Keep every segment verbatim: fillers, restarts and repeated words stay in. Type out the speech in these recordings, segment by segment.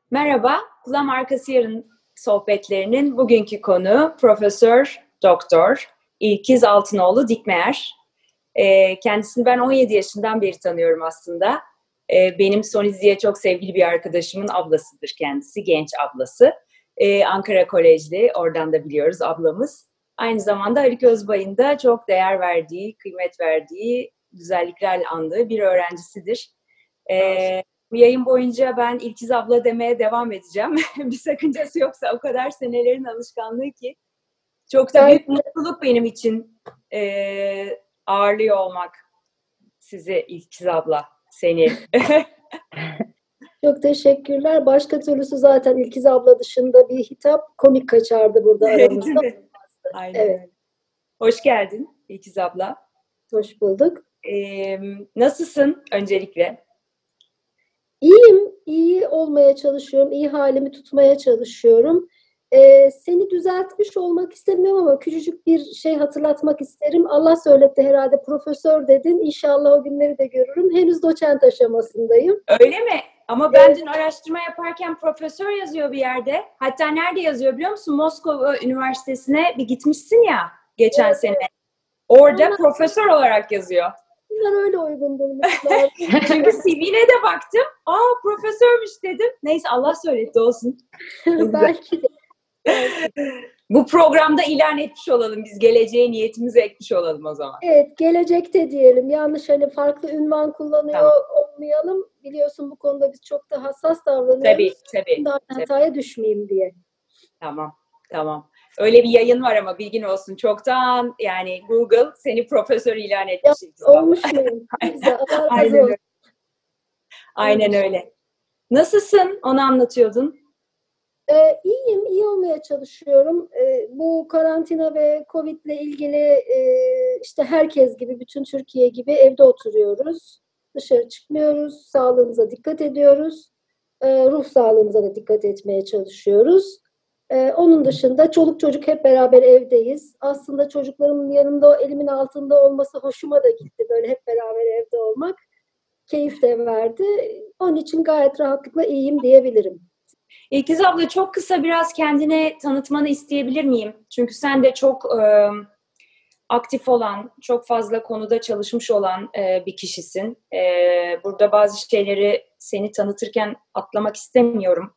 Merhaba, Kulağım Arkası Yarın sohbetlerinin bugünkü konu Profesör Doktor İlkiz Altınoğlu Dikmeyer. Ee, kendisini ben on yedi yaşından beri tanıyorum aslında. Ee, benim Soniz diye çok sevgili bir arkadaşımın ablasıdır kendisi, genç ablası. Ee, Ankara Kolejli, oradan da biliyoruz ablamız. Aynı zamanda Haluk Özbay'ın da çok değer verdiği, kıymet verdiği, güzelliklerle andığı bir öğrencisidir. Ee, Bu yayın boyunca ben İlkiz abla demeye devam edeceğim. Bir sakıncası yoksa o kadar senelerin alışkanlığı ki. Çok da büyük mutluluk benim için e, ağırlıyor olmak sizi İlkiz abla, seni. Çok teşekkürler. Başka türlüsü zaten İlkiz abla dışında bir hitap komik kaçardı burada aramızda. Aynen. Evet. Hoş geldin İlkiz abla. Hoş bulduk. Ee, nasılsın öncelikle? İyiyim. İyi olmaya çalışıyorum. İyi halimi tutmaya çalışıyorum. Ee, seni düzeltmiş olmak istemiyorum ama küçücük bir şey hatırlatmak isterim. Allah söyletti herhalde, profesör dedin. İnşallah o günleri de görürüm. Henüz doçent aşamasındayım. Öyle mi? Ama ben evet. Dün araştırma yaparken profesör yazıyor bir yerde. Hatta nerede yazıyor biliyor musun? Moskova Üniversitesi'ne bir gitmişsin ya geçen evet. sene. Orada Onlar, profesör olarak yazıyor. Bunlar öyle uygun bulmuşlar. Çünkü C V'ne de baktım. Aa profesörmüş dedim. Neyse Allah söyletti olsun. Belki de. Bu programda ilan etmiş olalım. Biz geleceğe niyetimizi ekmiş olalım o zaman. Evet, gelecekte diyelim. Yanlış hani farklı ünvan kullanıyor tamam. olmayalım. Biliyorsun bu konuda biz çok da hassas davranıyoruz. Tabii, tabii. Daha tabii. hataya düşmeyeyim diye. Tamam, tamam. Öyle bir yayın var ama bilgin olsun. Çoktan yani Google seni profesör ilan etmiş. Ya, olmuş muyum? Aynen öyle. Aynen öyle. Nasılsın? Onu anlatıyordun. Ee, iyiyim, iyi olmaya çalışıyorum. Ee, bu karantina ve Covid ile ilgili e, işte herkes gibi, bütün Türkiye gibi evde oturuyoruz. Dışarı çıkmıyoruz, sağlığımıza dikkat ediyoruz. Ee, ruh sağlığımıza da dikkat etmeye çalışıyoruz. Ee, onun dışında çoluk çocuk hep beraber evdeyiz. Aslında çocuklarımın yanında, elimin altında olması hoşuma da gitti. Böyle hep beraber evde olmak keyif de verdi. Onun için gayet rahatlıkla iyiyim diyebilirim. İlkiz abla çok kısa biraz kendini tanıtmanı isteyebilir miyim? Çünkü sen de çok e, aktif olan, çok fazla konuda çalışmış olan e, bir kişisin. E, burada bazı şeyleri seni tanıtırken atlamak istemiyorum.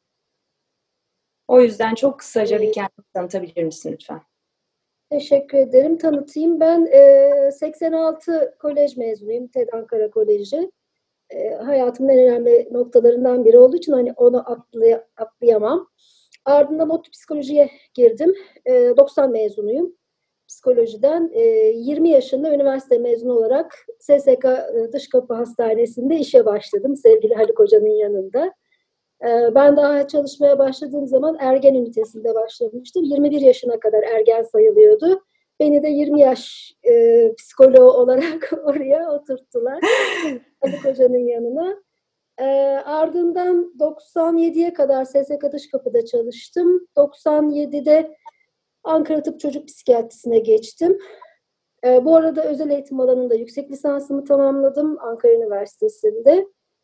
O yüzden çok kısaca bir kendini tanıtabilir misin lütfen? Teşekkür ederim. Tanıtayım. Ben e, seksen altı kolej mezunuyum. TED Ankara Koleji. E, hayatımın en önemli noktalarından biri olduğu için hani onu atlay- atlayamam. Ardından ODTÜ psikolojiye girdim. E, doksan mezunuyum psikolojiden. E, yirmi yaşında üniversite mezunu olarak S S K Dış Kapı Hastanesi'nde işe başladım. Sevgili Haluk Hoca'nın yanında. E, ben daha çalışmaya başladığım zaman ergen ünitesinde başlamıştım. yirmi bir yaşına kadar ergen sayılıyordu. Beni de yirmi yaş e, psikoloğu olarak oraya oturttular. Haluk Hoca'nın yanına. E, ardından doksan yediye kadar S S K Dış Kapı'da çalıştım. doksan yedide Ankara Tıp Çocuk Psikiyatrisi'ne geçtim. E, bu arada özel eğitim alanında yüksek lisansımı tamamladım Ankara Üniversitesi'nde.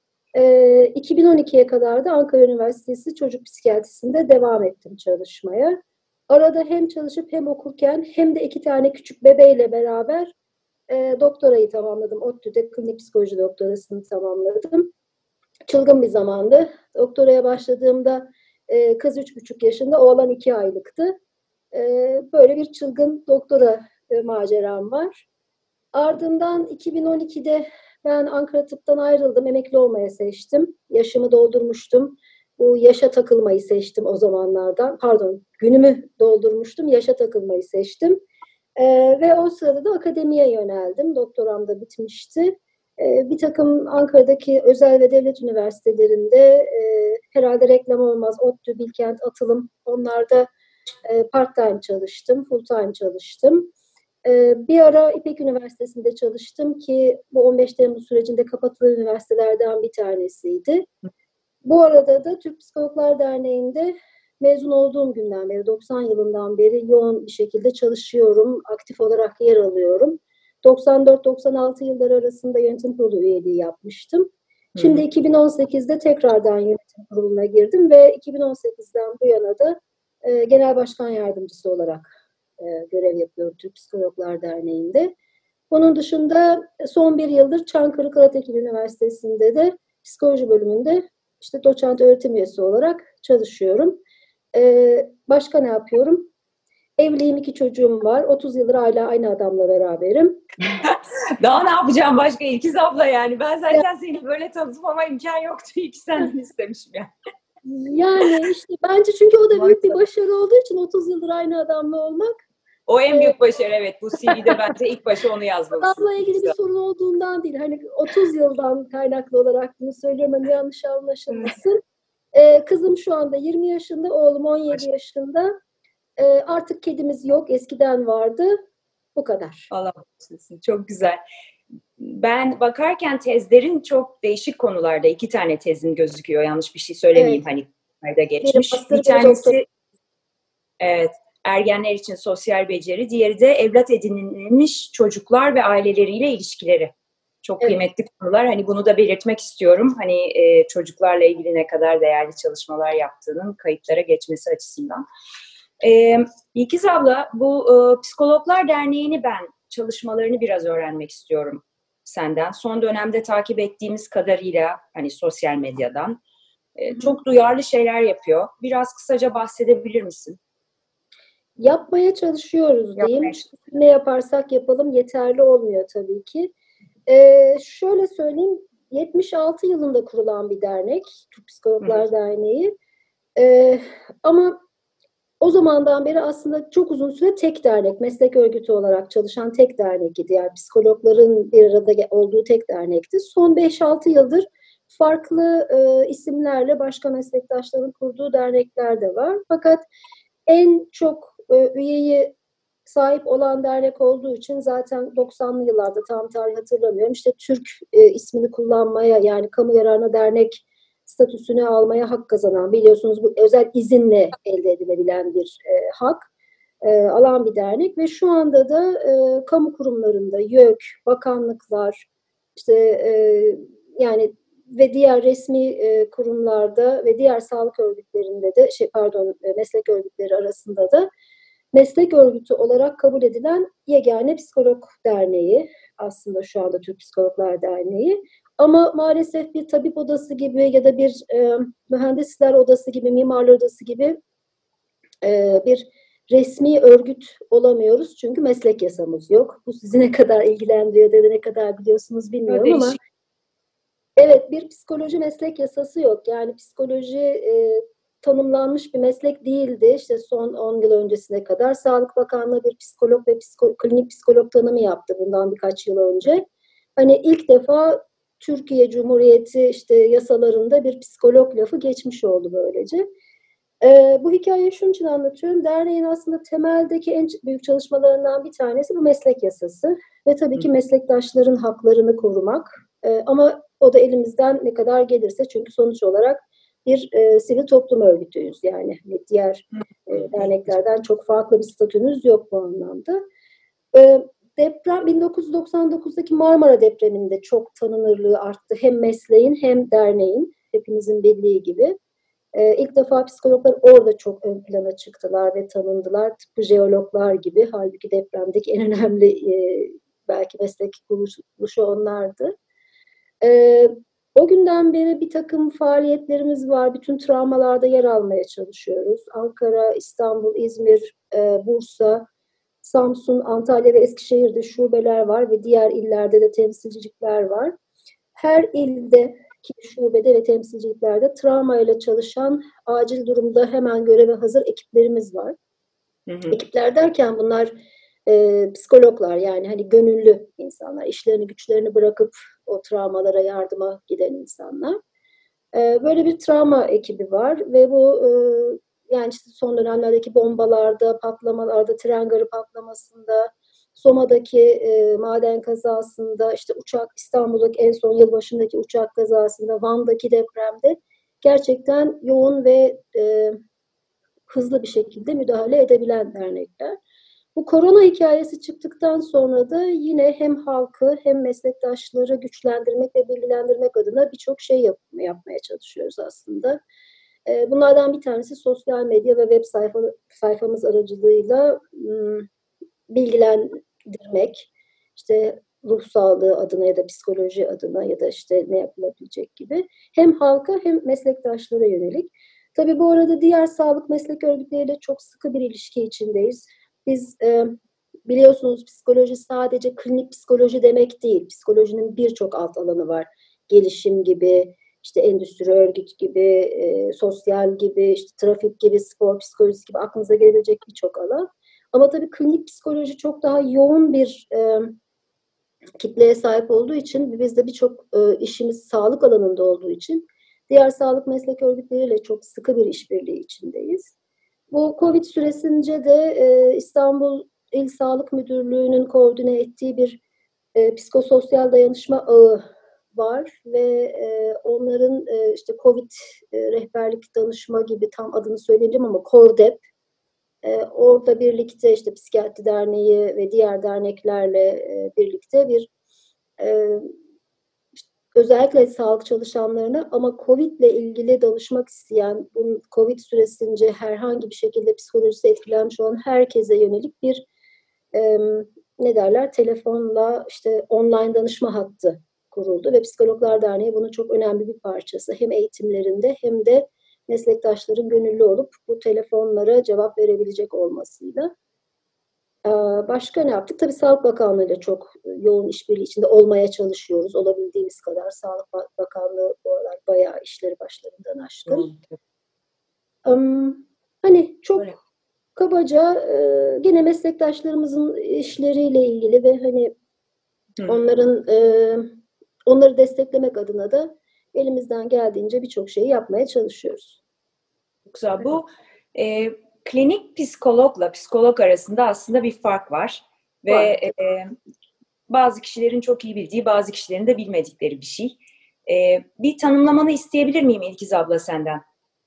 E, iki bin on ikiye kadar da Ankara Üniversitesi Çocuk Psikiyatrisi'nde devam ettim çalışmaya. Arada hem çalışıp hem okurken hem de iki tane küçük bebeğiyle beraber e, doktorayı tamamladım. ODTÜ'de klinik psikoloji doktorasını tamamladım. Çılgın bir zamandı. Doktoraya başladığımda e, kız üç buçuk yaşında, oğlan iki aylıktı. E, böyle bir çılgın doktora e, maceram var. Ardından iki bin on ikide ben Ankara Tıp'tan ayrıldım. Emekli olmaya seçtim. Yaşımı doldurmuştum. Bu yaşa takılmayı seçtim o zamanlardan. Pardon, günümü doldurmuştum. Yaşa takılmayı seçtim. Ee, ve o sırada da akademiye yöneldim. Doktoram da bitmişti. Ee, bir takım Ankara'daki özel ve devlet üniversitelerinde e, herhalde reklam olmaz. ODTÜ, Bilkent, Atılım, onlarda e, part-time çalıştım, full-time çalıştım. Ee, bir ara İpek Üniversitesi'nde çalıştım ki bu on beş Temmuz sürecinde kapatılan üniversitelerden bir tanesiydi. Bu arada da Türk Psikologlar Derneği'nde mezun olduğum günden beri, doksan yılından beri yoğun bir şekilde çalışıyorum, aktif olarak yer alıyorum. doksan dört doksan altı yılları arasında yönetim kurulu üyeliği yapmıştım. Şimdi iki bin on sekizde tekrardan yönetim kuruluna girdim ve iki bin on sekizden bu yana da e, genel başkan yardımcısı olarak e, görev yapıyorum Türk Psikologlar Derneği'nde. Bunun dışında son bir yıldır Çankırı Karatekin Üniversitesi'nde de psikoloji bölümünde işte doçent öğretim üyesi olarak çalışıyorum. Ee, başka ne yapıyorum? Evliyim, iki çocuğum var. otuz yıldır hala aynı adamla beraberim. Daha ne yapacağım başka İlkiz abla yani. Ben zaten seni böyle tanıtmama imkan yoktu. İlk senden istemişim yani. Yani işte bence çünkü o da büyük bir başarı olduğu için otuz yıldır aynı adamla olmak. O en büyük başarı, evet. Bu C V'de bence ilk başa onu yazmalısın. Adamla ilgili bir sorun olduğundan değil. Hani otuz yıldan kaynaklı olarak bunu söylüyorum. Hani yanlış anlaşılmasın. Ee, kızım şu anda yirmi yaşında, oğlum on yedi yaşında. Ee, artık kedimiz yok. Eskiden vardı. Bu kadar. Allah başlasın. Çok güzel. Ben bakarken tezlerin çok değişik konularda, iki tane tezin gözüküyor. Yanlış bir şey söylemeyeyim. Evet. Hani nerede geçmiş. Master, bir tanesi evet, ergenler için sosyal beceri. Diğeri de evlat edinilmiş çocuklar ve aileleriyle ilişkileri. Çok evet. Kıymetli konular. Hani bunu da belirtmek istiyorum. Hani e, çocuklarla ilgili ne kadar değerli çalışmalar yaptığının kayıtlara geçmesi açısından. Ee, İlkiz abla, bu e, Psikologlar Derneği'ni ben çalışmalarını biraz öğrenmek istiyorum senden. Son dönemde takip ettiğimiz kadarıyla hani sosyal medyadan e, çok duyarlı şeyler yapıyor. Biraz kısaca bahsedebilir misin? Yapmaya çalışıyoruz diyeyim. Yapmaya. Ne yaparsak yapalım yeterli olmuyor tabii ki. Ee, şöyle söyleyeyim, yetmiş altı yılında kurulan bir dernek, Türk Psikologlar Hı. Derneği. Ee, ama o zamandan beri aslında çok uzun süre tek dernek, meslek örgütü olarak çalışan tek dernek idi. Yani psikologların bir arada olduğu tek dernekti. Son beş altı yıldır farklı e, isimlerle başka meslektaşların kurduğu dernekler de var. Fakat en çok e, üyeyi sahip olan dernek olduğu için zaten doksanlı yıllarda, tam tarih hatırlamıyorum, işte Türk e, ismini kullanmaya, yani kamu yararına dernek statüsünü almaya hak kazanan, biliyorsunuz bu özel izinle elde edilebilen bir e, hak e, alan bir dernek ve şu anda da e, kamu kurumlarında YÖK, bakanlıklar, işte e, yani ve diğer resmi e, kurumlarda ve diğer sağlık örgütlerinde de şey pardon e, meslek örgütleri arasında da meslek örgütü olarak kabul edilen yegane psikolog derneği aslında şu anda Türk Psikologlar Derneği. Ama maalesef bir tabip odası gibi ya da bir e, mühendisler odası gibi, mimarlar odası gibi e, bir resmi örgüt olamıyoruz. Çünkü meslek yasamız yok. Bu sizi ne kadar ilgilendiriyor ya da ne kadar biliyorsunuz bilmiyorum ama evet, bir psikoloji meslek yasası yok. Yani psikoloji e, tanımlanmış bir meslek değildi. İşte son on yıl öncesine kadar Sağlık Bakanlığı bir psikolog ve psiko, klinik psikolog tanımı yaptı bundan birkaç yıl önce. Hani ilk defa Türkiye Cumhuriyeti işte yasalarında bir psikolog lafı geçmiş oldu böylece. Ee, bu hikayeyi şunun için anlatıyorum. Derneğin aslında temeldeki en büyük çalışmalarından bir tanesi bu meslek yasası. Ve tabii ki meslektaşların haklarını korumak. Ee, ama o da elimizden ne kadar gelirse, çünkü sonuç olarak bir e, sivil toplum örgütüyüz. Yani diğer e, derneklerden çok farklı bir statümüz yok bu anlamda. Ee, deprem bin dokuz yüz doksan dokuzdaki Marmara depreminde çok tanınırlığı arttı. Hem mesleğin hem derneğin, hepimizin bildiği gibi. Ee, ilk defa psikologlar orada çok ön plana çıktılar ve tanındılar. Tıpkı jeologlar gibi. Halbuki depremdeki en önemli e, belki meslek kuruluşu onlardı. Ee, o günden beri bir takım faaliyetlerimiz var. Bütün travmalarda yer almaya çalışıyoruz. Ankara, İstanbul, İzmir, e, Bursa, Samsun, Antalya ve Eskişehir'de şubeler var ve diğer illerde de temsilcilikler var. Her ilde şubede ve temsilciliklerde travmayla çalışan, acil durumda hemen göreve hazır ekiplerimiz var. Hı hı. Ekipler derken bunlar e, psikologlar, yani hani gönüllü insanlar, işlerini güçlerini bırakıp o travmalara yardıma giden insanlar. E, böyle bir travma ekibi var ve bu e, yani işte son dönemlerdeki bombalarda, patlamalarda, tren garı patlamasında, Soma'daki e, maden kazasında, işte uçak, İstanbul'daki en son yılbaşındaki uçak kazasında, Van'daki depremde gerçekten yoğun ve e, hızlı bir şekilde müdahale edebilen dernekler. Bu korona hikayesi çıktıktan sonra da yine hem halkı hem meslektaşları güçlendirmek ve bilgilendirmek adına birçok şey yap yapmaya çalışıyoruz aslında. Bunlardan bir tanesi sosyal medya ve web sayfa, sayfamız aracılığıyla ım, bilgilendirmek, işte ruh sağlığı adına ya da psikoloji adına ya da işte ne yapılabilecek gibi hem halka hem meslektaşlara yönelik. Tabii bu arada diğer sağlık meslek örgütleriyle çok sıkı bir ilişki içindeyiz. Biz e, biliyorsunuz psikoloji sadece klinik psikoloji demek değil. Psikolojinin birçok alt alanı var. Gelişim gibi, işte endüstri örgüt gibi, e, sosyal gibi, işte trafik gibi, spor psikolojisi gibi aklınıza gelebilecek birçok alan. Ama tabii klinik psikoloji çok daha yoğun bir e, kitleye sahip olduğu için, bizde birçok e, işimiz sağlık alanında olduğu için diğer sağlık meslek örgütleriyle çok sıkı bir işbirliği içindeyiz. Bu Covid süresince de e, İstanbul İl Sağlık Müdürlüğü'nün koordine ettiği bir e, psikososyal dayanışma ağı var ve e, onların e, işte Covid e, rehberlik danışma gibi tam adını söyleyeceğim ama KORDEP e, orada birlikte işte Psikiyatri Derneği ve diğer derneklerle e, birlikte bir e, özellikle sağlık çalışanlarına ama Covid ile ilgili danışmak isteyen, bu Covid süresince herhangi bir şekilde psikolojisi etkilenmiş olan herkese yönelik bir e, ne derler telefonla işte online danışma hattı kuruldu ve Psikologlar Derneği bunun çok önemli bir parçası. Hem eğitimlerinde hem de meslektaşların gönüllü olup bu telefonlara cevap verebilecek olmasıyla. Başka ne yaptık? Tabii Sağlık Bakanlığı ile çok yoğun işbirliği içinde olmaya çalışıyoruz. Olabildiğimiz kadar Sağlık Bakanlığı bu aralar bayağı işleri başlarından aşkın. Um, hani çok Öyle. kabaca e, gene meslektaşlarımızın işleriyle ilgili ve hani Hı. onların e, onları desteklemek adına da elimizden geldiğince birçok şeyi yapmaya çalışıyoruz. Güzel. Bu e, klinik psikologla psikolog arasında aslında bir fark var. Ve e, bazı kişilerin çok iyi bildiği, bazı kişilerin de bilmedikleri bir şey. E, bir tanımlamanı isteyebilir miyim İlkiz abla senden?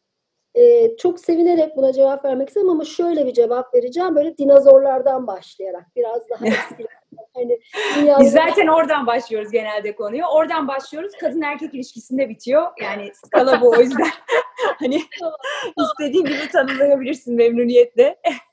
Ee, çok sevinerek buna cevap vermek istedim ama şöyle bir cevap vereceğim. Böyle dinozorlardan başlayarak biraz daha eski. Hani dünyada... Biz zaten oradan başlıyoruz genelde konuyu. Oradan başlıyoruz. Kadın erkek ilişkisinde bitiyor. Yani skala bu o yüzden. Hani istediğin gibi tanımlayabilirsin memnuniyetle.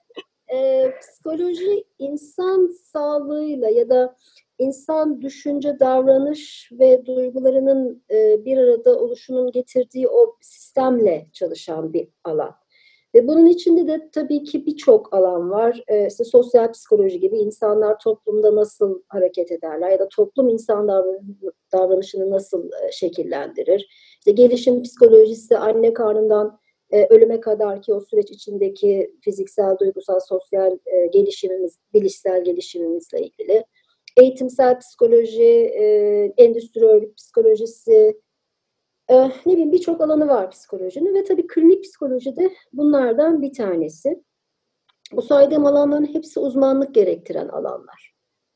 e, psikoloji insan sağlığıyla ya da insan düşünce, davranış ve duygularının e, bir arada oluşunun getirdiği o sistemle çalışan bir alan. Ve bunun içinde de tabii ki birçok alan var. E, işte sosyal psikoloji gibi insanlar toplumda nasıl hareket ederler ya da toplum insan davranışını nasıl e, şekillendirir. İşte gelişim psikolojisi anne karnından e, ölüme kadar ki o süreç içindeki fiziksel, duygusal, sosyal e, gelişimimiz, bilişsel gelişimimizle ilgili. Eğitimsel psikoloji, e, endüstri örgüt psikolojisi, e, ne bileyim birçok alanı var psikolojinin ve tabii klinik psikoloji de bunlardan bir tanesi. Bu saydığım alanların hepsi uzmanlık gerektiren alanlar.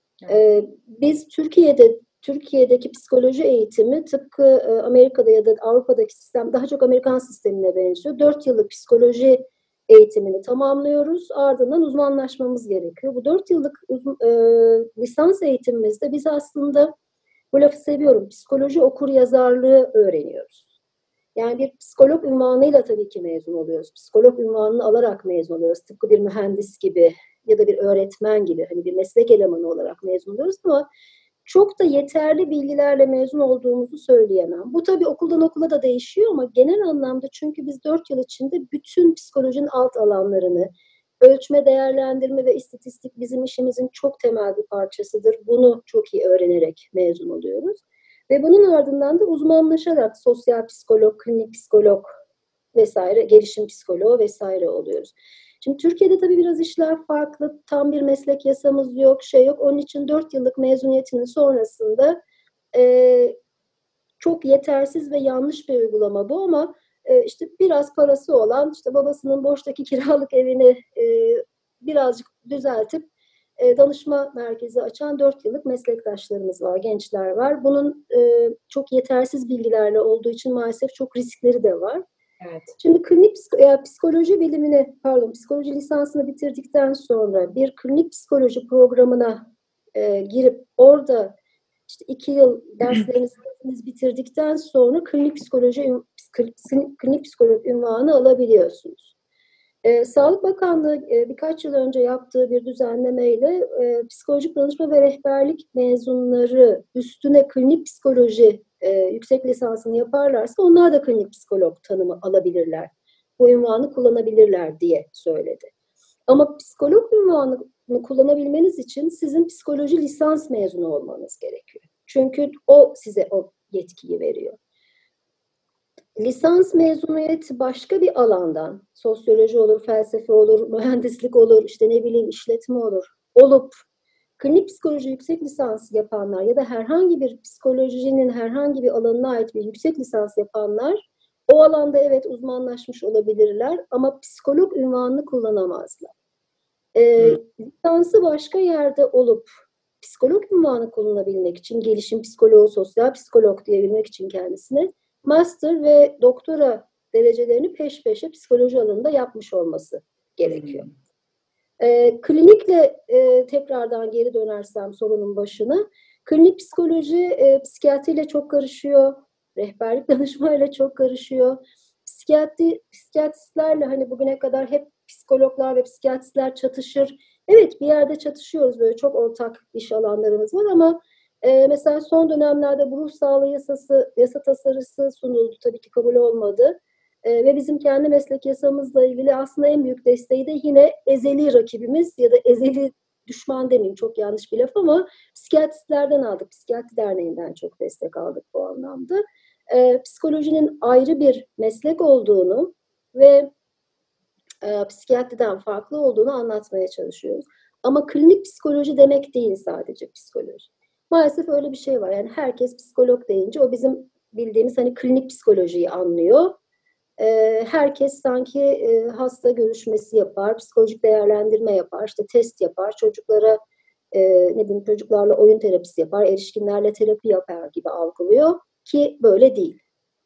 E, biz Türkiye'de Türkiye'deki psikoloji eğitimi tıpkı e, Amerika'da ya da Avrupa'daki sistem daha çok Amerikan sistemine benziyor. Dört yıllık psikoloji eğitimini tamamlıyoruz. Ardından uzmanlaşmamız gerekiyor. Bu dört yıllık uzun, e, lisans eğitimimizde biz aslında bu lafı seviyorum. Psikoloji okur yazarlığı öğreniyoruz. Yani bir psikolog unvanıyla tabii ki mezun oluyoruz. Psikolog unvanını alarak mezun oluyoruz. Tıpkı bir mühendis gibi ya da bir öğretmen gibi hani bir meslek elemanı olarak mezun oluyoruz ama çok da yeterli bilgilerle mezun olduğumuzu söyleyemem. Bu tabii okuldan okula da değişiyor ama genel anlamda çünkü biz dört yıl içinde bütün psikolojinin alt alanlarını, ölçme, değerlendirme ve istatistik bizim işimizin çok temel bir parçasıdır. Bunu çok iyi öğrenerek mezun oluyoruz. Ve bunun ardından da uzmanlaşarak sosyal psikolog, klinik psikolog vesaire, gelişim psikoloğu vesaire oluyoruz. Şimdi Türkiye'de tabii biraz işler farklı. Tam bir meslek yasamız yok, şey yok. Onun için dört yıllık mezuniyetinin sonrasında e, çok yetersiz ve yanlış bir uygulama bu ama e, işte biraz parası olan, işte babasının boştaki kiralık evini e, birazcık düzeltip e, danışma merkezi açan dört yıllık meslektaşlarımız var, gençler var. Bunun e, çok yetersiz bilgilerle olduğu için maalesef çok riskleri de var. Evet. Şimdi klinik ya, psikoloji bilimini, pardon psikoloji lisansını bitirdikten sonra bir klinik psikoloji programına e, girip orada işte iki yıl derslerinizi bitirdikten sonra klinik psikoloji klinik psikolog unvanı alabiliyorsunuz. E, Sağlık Bakanlığı e, birkaç yıl önce yaptığı bir düzenlemeyle e, psikolojik danışma ve rehberlik mezunları üstüne klinik psikoloji e, yüksek lisansını yaparlarsa onlar da klinik psikolog tanımı alabilirler. Bu unvanı kullanabilirler diye söyledi. Ama psikolog unvanını kullanabilmeniz için sizin psikoloji lisans mezunu olmanız gerekiyor. Çünkü o size o yetkiyi veriyor. Lisans mezuniyeti başka bir alandan, sosyoloji olur, felsefe olur, mühendislik olur, işte ne bileyim işletme olur, olup klinik psikoloji yüksek lisans yapanlar ya da herhangi bir psikolojinin herhangi bir alanına ait bir yüksek lisans yapanlar o alanda evet uzmanlaşmış olabilirler ama psikolog unvanını kullanamazlar. Ee, lisansı başka yerde olup psikolog unvanı kullanabilmek için, gelişim psikoloğu, sosyal psikolog diyebilmek için kendisine master ve doktora derecelerini peş peşe psikoloji alanında yapmış olması gerekiyor. Hmm. E, klinikle e, tekrardan geri dönersem sorunun başına, klinik psikoloji e, psikiyatriyle çok karışıyor, rehberlik danışmayla çok karışıyor. Psikiyatri, psikiyatristlerle hani bugüne kadar hep psikologlar ve psikiyatristler çatışır. Evet bir yerde çatışıyoruz, böyle çok ortak iş alanlarımız var ama e, mesela son dönemlerde bu ruh sağlığı yasası, yasa tasarısı sunuldu, tabii ki kabul olmadı. Ee, ve bizim kendi meslek yasamızla ilgili aslında en büyük desteği de yine ezeli rakibimiz ya da ezeli düşman demeyeyim, çok yanlış bir laf ama psikiyatristlerden aldık. Psikiyatri Derneği'nden çok destek aldık bu anlamda. Ee, psikolojinin ayrı bir meslek olduğunu ve e, psikiyatriden farklı olduğunu anlatmaya çalışıyoruz. Ama klinik psikoloji demek değil sadece psikoloji. Maalesef öyle bir şey var. Yani herkes psikolog deyince o bizim bildiğimiz hani klinik psikolojiyi anlıyor. Herkes sanki hasta görüşmesi yapar, psikolojik değerlendirme yapar, işte test yapar, çocuklara ne bileyim çocuklarla oyun terapisi yapar, erişkinlerle terapi yapar gibi algılıyor ki böyle değil.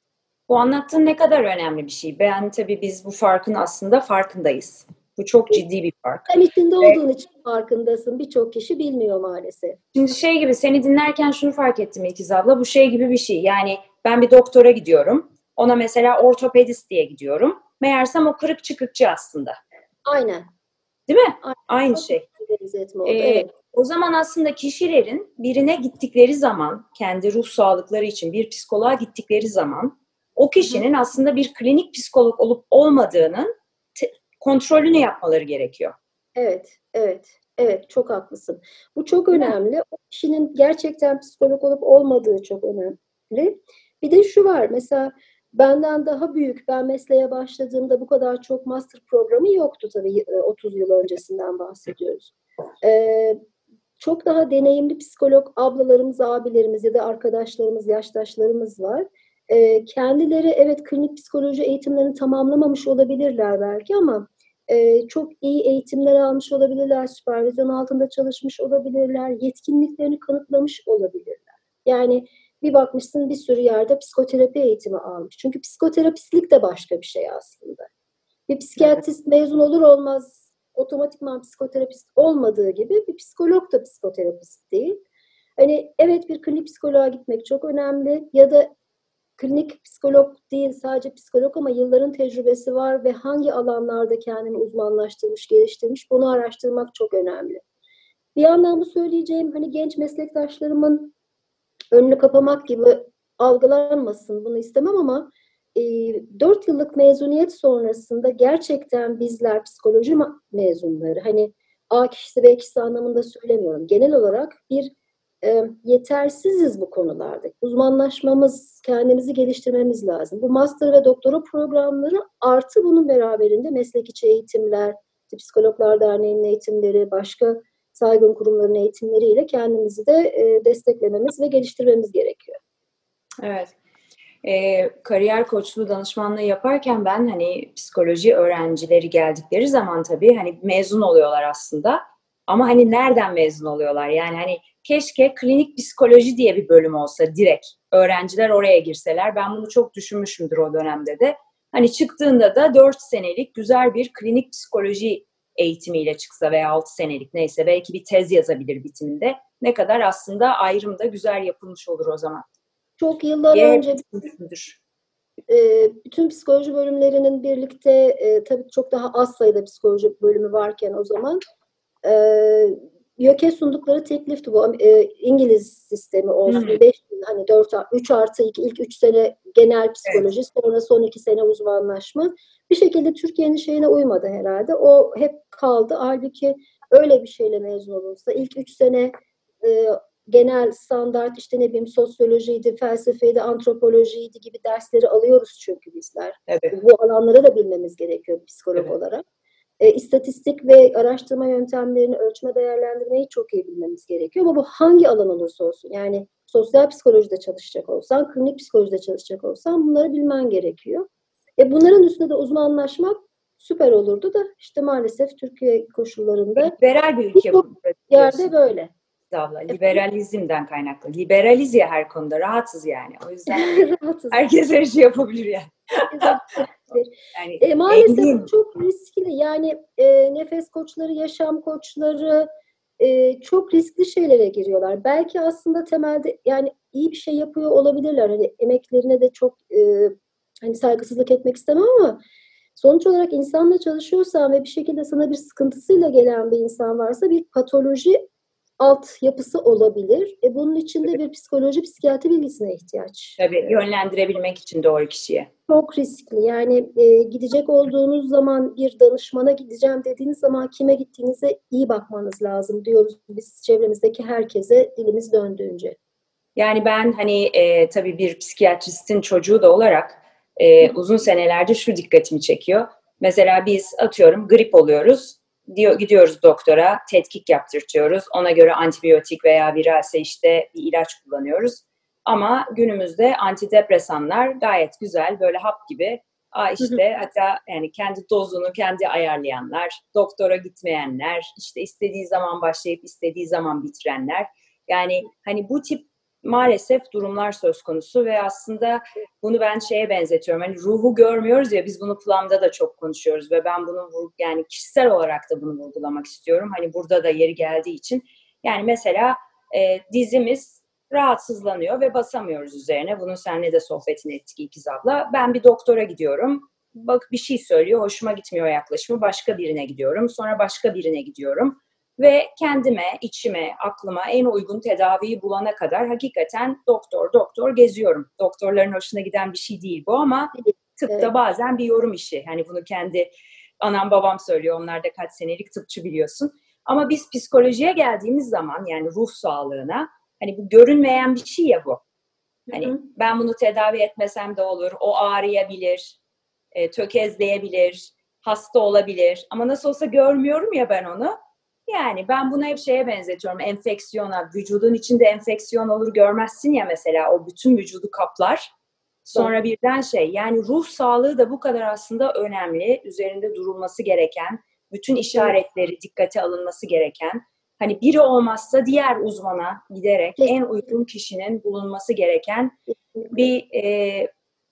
Bu anlattığın ne kadar önemli bir şey. Ben tabii biz bu farkın aslında farkındayız. Bu çok ciddi bir fark. Sen içinde olduğun için farkındasın. Birçok kişi bilmiyor maalesef. Şimdi şey gibi, seni dinlerken şunu fark ettim İlkiz abla. Bu şey gibi bir şey. Yani ben bir doktora gidiyorum. Ona mesela ortopedist diye gidiyorum. Meğersem o kırık çıkıkçı aslında. Aynen. Değil mi? Aynen. Aynı şey. Oldu, ee, evet. O zaman aslında kişilerin birine gittikleri zaman, kendi ruh sağlıkları için bir psikoloğa gittikleri zaman o kişinin Hı. aslında bir klinik psikolog olup olmadığının te- kontrolünü yapmaları gerekiyor. Evet, evet. Evet, çok haklısın. Bu çok önemli. O kişinin gerçekten psikolog olup olmadığı çok önemli. Bir de şu var, mesela benden daha büyük, ben mesleğe başladığımda bu kadar çok master programı yoktu tabii, otuz yıl öncesinden bahsediyoruz. Ee, çok daha deneyimli psikolog ablalarımız, abilerimiz ya da arkadaşlarımız, yaştaşlarımız var. Ee, kendileri evet klinik psikoloji eğitimlerini tamamlamamış olabilirler belki ama Ee, çok iyi eğitimler almış olabilirler, süpervizyon altında çalışmış olabilirler, yetkinliklerini kanıtlamış olabilirler. Yani bir bakmışsın bir sürü yerde psikoterapi eğitimi almış. Çünkü psikoterapistlik de başka bir şey aslında. Bir psikiyatrist mezun olur olmaz otomatikman psikoterapist olmadığı gibi bir psikolog da psikoterapist değil. Hani evet bir klinik psikoloğa gitmek çok önemli ya da klinik psikolog değil sadece psikolog ama yılların tecrübesi var ve hangi alanlarda kendini uzmanlaştırmış, geliştirmiş bunu araştırmak çok önemli. Bir yandan bu söyleyeceğim hani genç meslektaşlarımın önünü kapamak gibi algılanmasın, bunu istemem ama e, dört yıllık mezuniyet sonrasında gerçekten bizler psikoloji mezunları hani A kişisi B kişisi anlamında söylemiyorum. Genel olarak bir e, yetersiziz bu konularda. Uzmanlaşmamız, kendimizi geliştirmemiz lazım. Bu master ve doktora programları artı bunun beraberinde meslek içi eğitimler, işte Psikologlar Derneği'nin eğitimleri, başka saygın kurumların eğitimleriyle kendimizi de e, desteklememiz ve geliştirmemiz gerekiyor. Evet. E, kariyer koçluğu danışmanlığı yaparken ben hani psikoloji öğrencileri geldikleri zaman tabii hani mezun oluyorlar aslında. Ama hani nereden mezun oluyorlar? Yani hani keşke klinik psikoloji diye bir bölüm olsa direkt. Öğrenciler oraya girseler. Ben bunu çok düşünmüşümdür o dönemde de. Hani çıktığında da dört senelik güzel bir klinik psikoloji eğitimiyle çıksa veya altı senelik neyse belki bir tez yazabilir bitiminde. Ne kadar aslında ayrım da güzel yapılmış olur o zaman. Çok yıllar diye önce e, bütün psikoloji bölümlerinin birlikte e, tabii çok daha az sayıda psikoloji bölümü varken o zaman e, YÖK'e sundukları teklifti bu. E, İngiliz sistemi olsun. Hı-hı. beş hani dört üç artı iki ilk üç sene genel psikoloji, evet. Sonra son iki sene uzmanlaşma. Bir şekilde Türkiye'nin şeyine uymadı herhalde. O hep kaldı. Halbuki öyle bir şeyle mezun olunsa ilk üç sene e, genel standart işte ne bileyim sosyolojiydi, felsefeydi, antropolojiydi gibi dersleri alıyoruz çünkü bizler. Evet. Bu alanları da bilmemiz gerekiyor psikolog evet. olarak. E, istatistik ve araştırma yöntemlerini, ölçme değerlendirmeyi çok iyi bilmemiz gerekiyor. Ama bu hangi alan olursa olsun, yani sosyal psikolojide çalışacak olsan, klinik psikolojide çalışacak olsan bunları bilmen gerekiyor. E, bunların üstünde de uzmanlaşmak süper olurdu da işte maalesef Türkiye koşullarında liberal bir ülke bu. Yerde böyle. Abla, liberalizmden kaynaklı. Liberaliz ya her konuda. Rahatız yani. O yüzden rahatız. Herkes her şey yapabilir yani. yani e, maalesef engin. Çok riskli. Yani e, nefes koçları, yaşam koçları e, çok riskli şeylere giriyorlar. Belki aslında temelde yani iyi bir şey yapıyor olabilirler. Hani emeklerine de çok e, hani saygısızlık etmek istemem ama sonuç olarak insanla çalışıyorsan ve bir şekilde sana bir sıkıntısıyla gelen bir insan varsa bir patoloji alt yapısı olabilir. E bunun için de bir psikoloji, psikiyatri bilgisine ihtiyaç. Tabii yönlendirebilmek için doğru kişiye. Çok riskli. Yani e, gidecek olduğunuz zaman bir danışmana gideceğim dediğiniz zaman kime gittiğinize iyi bakmanız lazım diyoruz biz çevremizdeki herkese dilimiz döndüğünce. Yani ben hani e, tabii bir psikiyatristin çocuğu da olarak e, uzun senelerdir şu dikkatimi çekiyor. Mesela biz atıyorum grip oluyoruz. Diyor, gidiyoruz doktora, tetkik yaptırtıyoruz. Ona göre antibiyotik veya viralse işte bir ilaç kullanıyoruz. Ama günümüzde antidepresanlar gayet güzel, böyle hap gibi. Aa işte hatta yani kendi dozunu kendi ayarlayanlar, doktora gitmeyenler, işte istediği zaman başlayıp istediği zaman bitirenler. Yani hani bu tip maalesef durumlar söz konusu ve aslında bunu ben şeye benzetiyorum. Hani ruhu görmüyoruz ya, biz bunu Plum'da da çok konuşuyoruz ve ben bunu yani kişisel olarak da bunu vurgulamak istiyorum. Hani burada da yeri geldiği için. Yani mesela e, dizimiz rahatsızlanıyor ve basamıyoruz üzerine. Bunun seninle de sohbetini ettik İkiz abla. Ben bir doktora gidiyorum. Bak bir şey söylüyor, hoşuma gitmiyor yaklaşımı. Başka birine gidiyorum. Sonra başka birine gidiyorum. Ve kendime, içime, aklıma en uygun tedaviyi bulana kadar hakikaten doktor doktor geziyorum. Doktorların hoşuna giden bir şey değil bu ama tıpta evet. Bazen bir yorum işi. Hani bunu kendi anam babam söylüyor. Onlar da kaç senelik tıpçı biliyorsun. Ama biz psikolojiye geldiğimiz zaman yani ruh sağlığına hani bu görünmeyen bir şey ya bu. Hani hı hı. Ben bunu tedavi etmesem de olur. O ağrıyabilir, e, tökezleyebilir, hasta olabilir. Ama nasıl olsa görmüyorum ya ben onu. Yani ben bunu hep şeye benzetiyorum, enfeksiyona. Vücudun içinde enfeksiyon olur görmezsin ya mesela, o bütün vücudu kaplar. Sonra birden şey, yani ruh sağlığı da bu kadar aslında önemli. Üzerinde durulması gereken, bütün işaretleri dikkate alınması gereken. Hani biri olmazsa diğer uzmana giderek en uygun kişinin bulunması gereken bir e,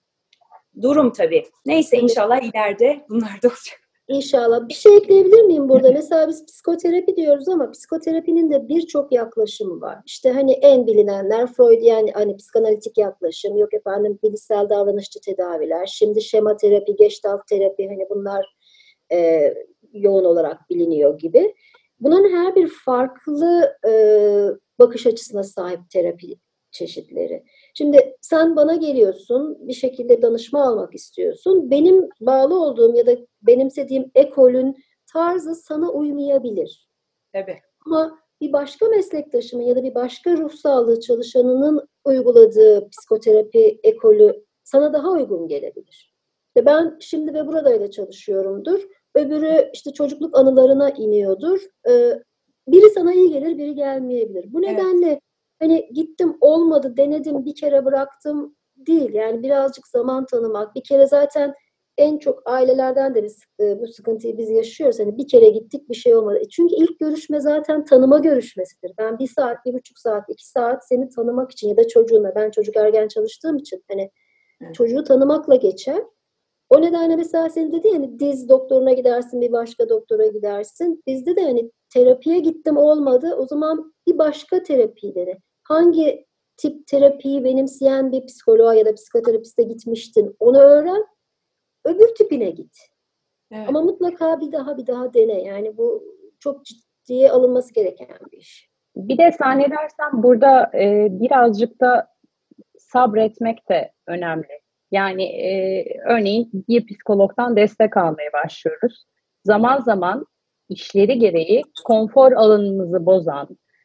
durum tabii. Neyse inşallah ileride bunlar da olacak. İnşallah. Bir şey ekleyebilir miyim burada? Mesela biz psikoterapi diyoruz ama psikoterapinin de birçok yaklaşımı var. İşte hani en bilinenler Freudian hani psikanalitik yaklaşım, yok efendim bilişsel davranışçı tedaviler, şimdi şema terapi, Gestalt terapi, hani bunlar e, yoğun olarak biliniyor gibi. Bunların her bir farklı e, bakış açısına sahip terapi çeşitleri. Şimdi sen bana geliyorsun, bir şekilde danışma almak istiyorsun. Benim bağlı olduğum ya da benimsediğim ekolün tarzı sana uymayabilir. Tabii. Ama bir başka meslektaşımın ya da bir başka ruh sağlığı çalışanının uyguladığı psikoterapi ekolü sana daha uygun gelebilir. İşte ben şimdi ve burada ile çalışıyorumdur. Öbürü işte çocukluk anılarına iniyordur. Ee, biri sana iyi gelir, biri gelmeyebilir. Bu nedenle evet. Hani gittim olmadı, denedim, bir kere bıraktım değil. Yani birazcık zaman tanımak. Bir kere zaten en çok ailelerden de biz, e, bu sıkıntıyı biz yaşıyoruz. Hani bir kere gittik bir şey olmadı. Çünkü ilk görüşme zaten tanıma görüşmesidir. Ben bir saat, bir buçuk saat, iki saat seni tanımak için ya da çocuğuna, ben çocuk ergen çalıştığım için hani evet. Çocuğu tanımakla geçer. O nedenle mesela senin dedi yani diz doktoruna gidersin, bir başka doktora gidersin. Bizde de yani terapiye gittim olmadı. O zaman bir başka terapi dene. Hangi tip terapiyi benimseyen bir psikoloğa ya da psikoterapiste gitmiştin, onu öğren. Öbür tipine git. Evet. Ama mutlaka bir daha bir daha dene. Yani bu çok ciddiye alınması gereken bir iş. Bir de zannedersem burada e, birazcık da sabretmek de önemli. Yani e, örneğin bir psikologdan destek almaya başlıyoruz. Zaman zaman işleri gereği konfor alanımızı bozan,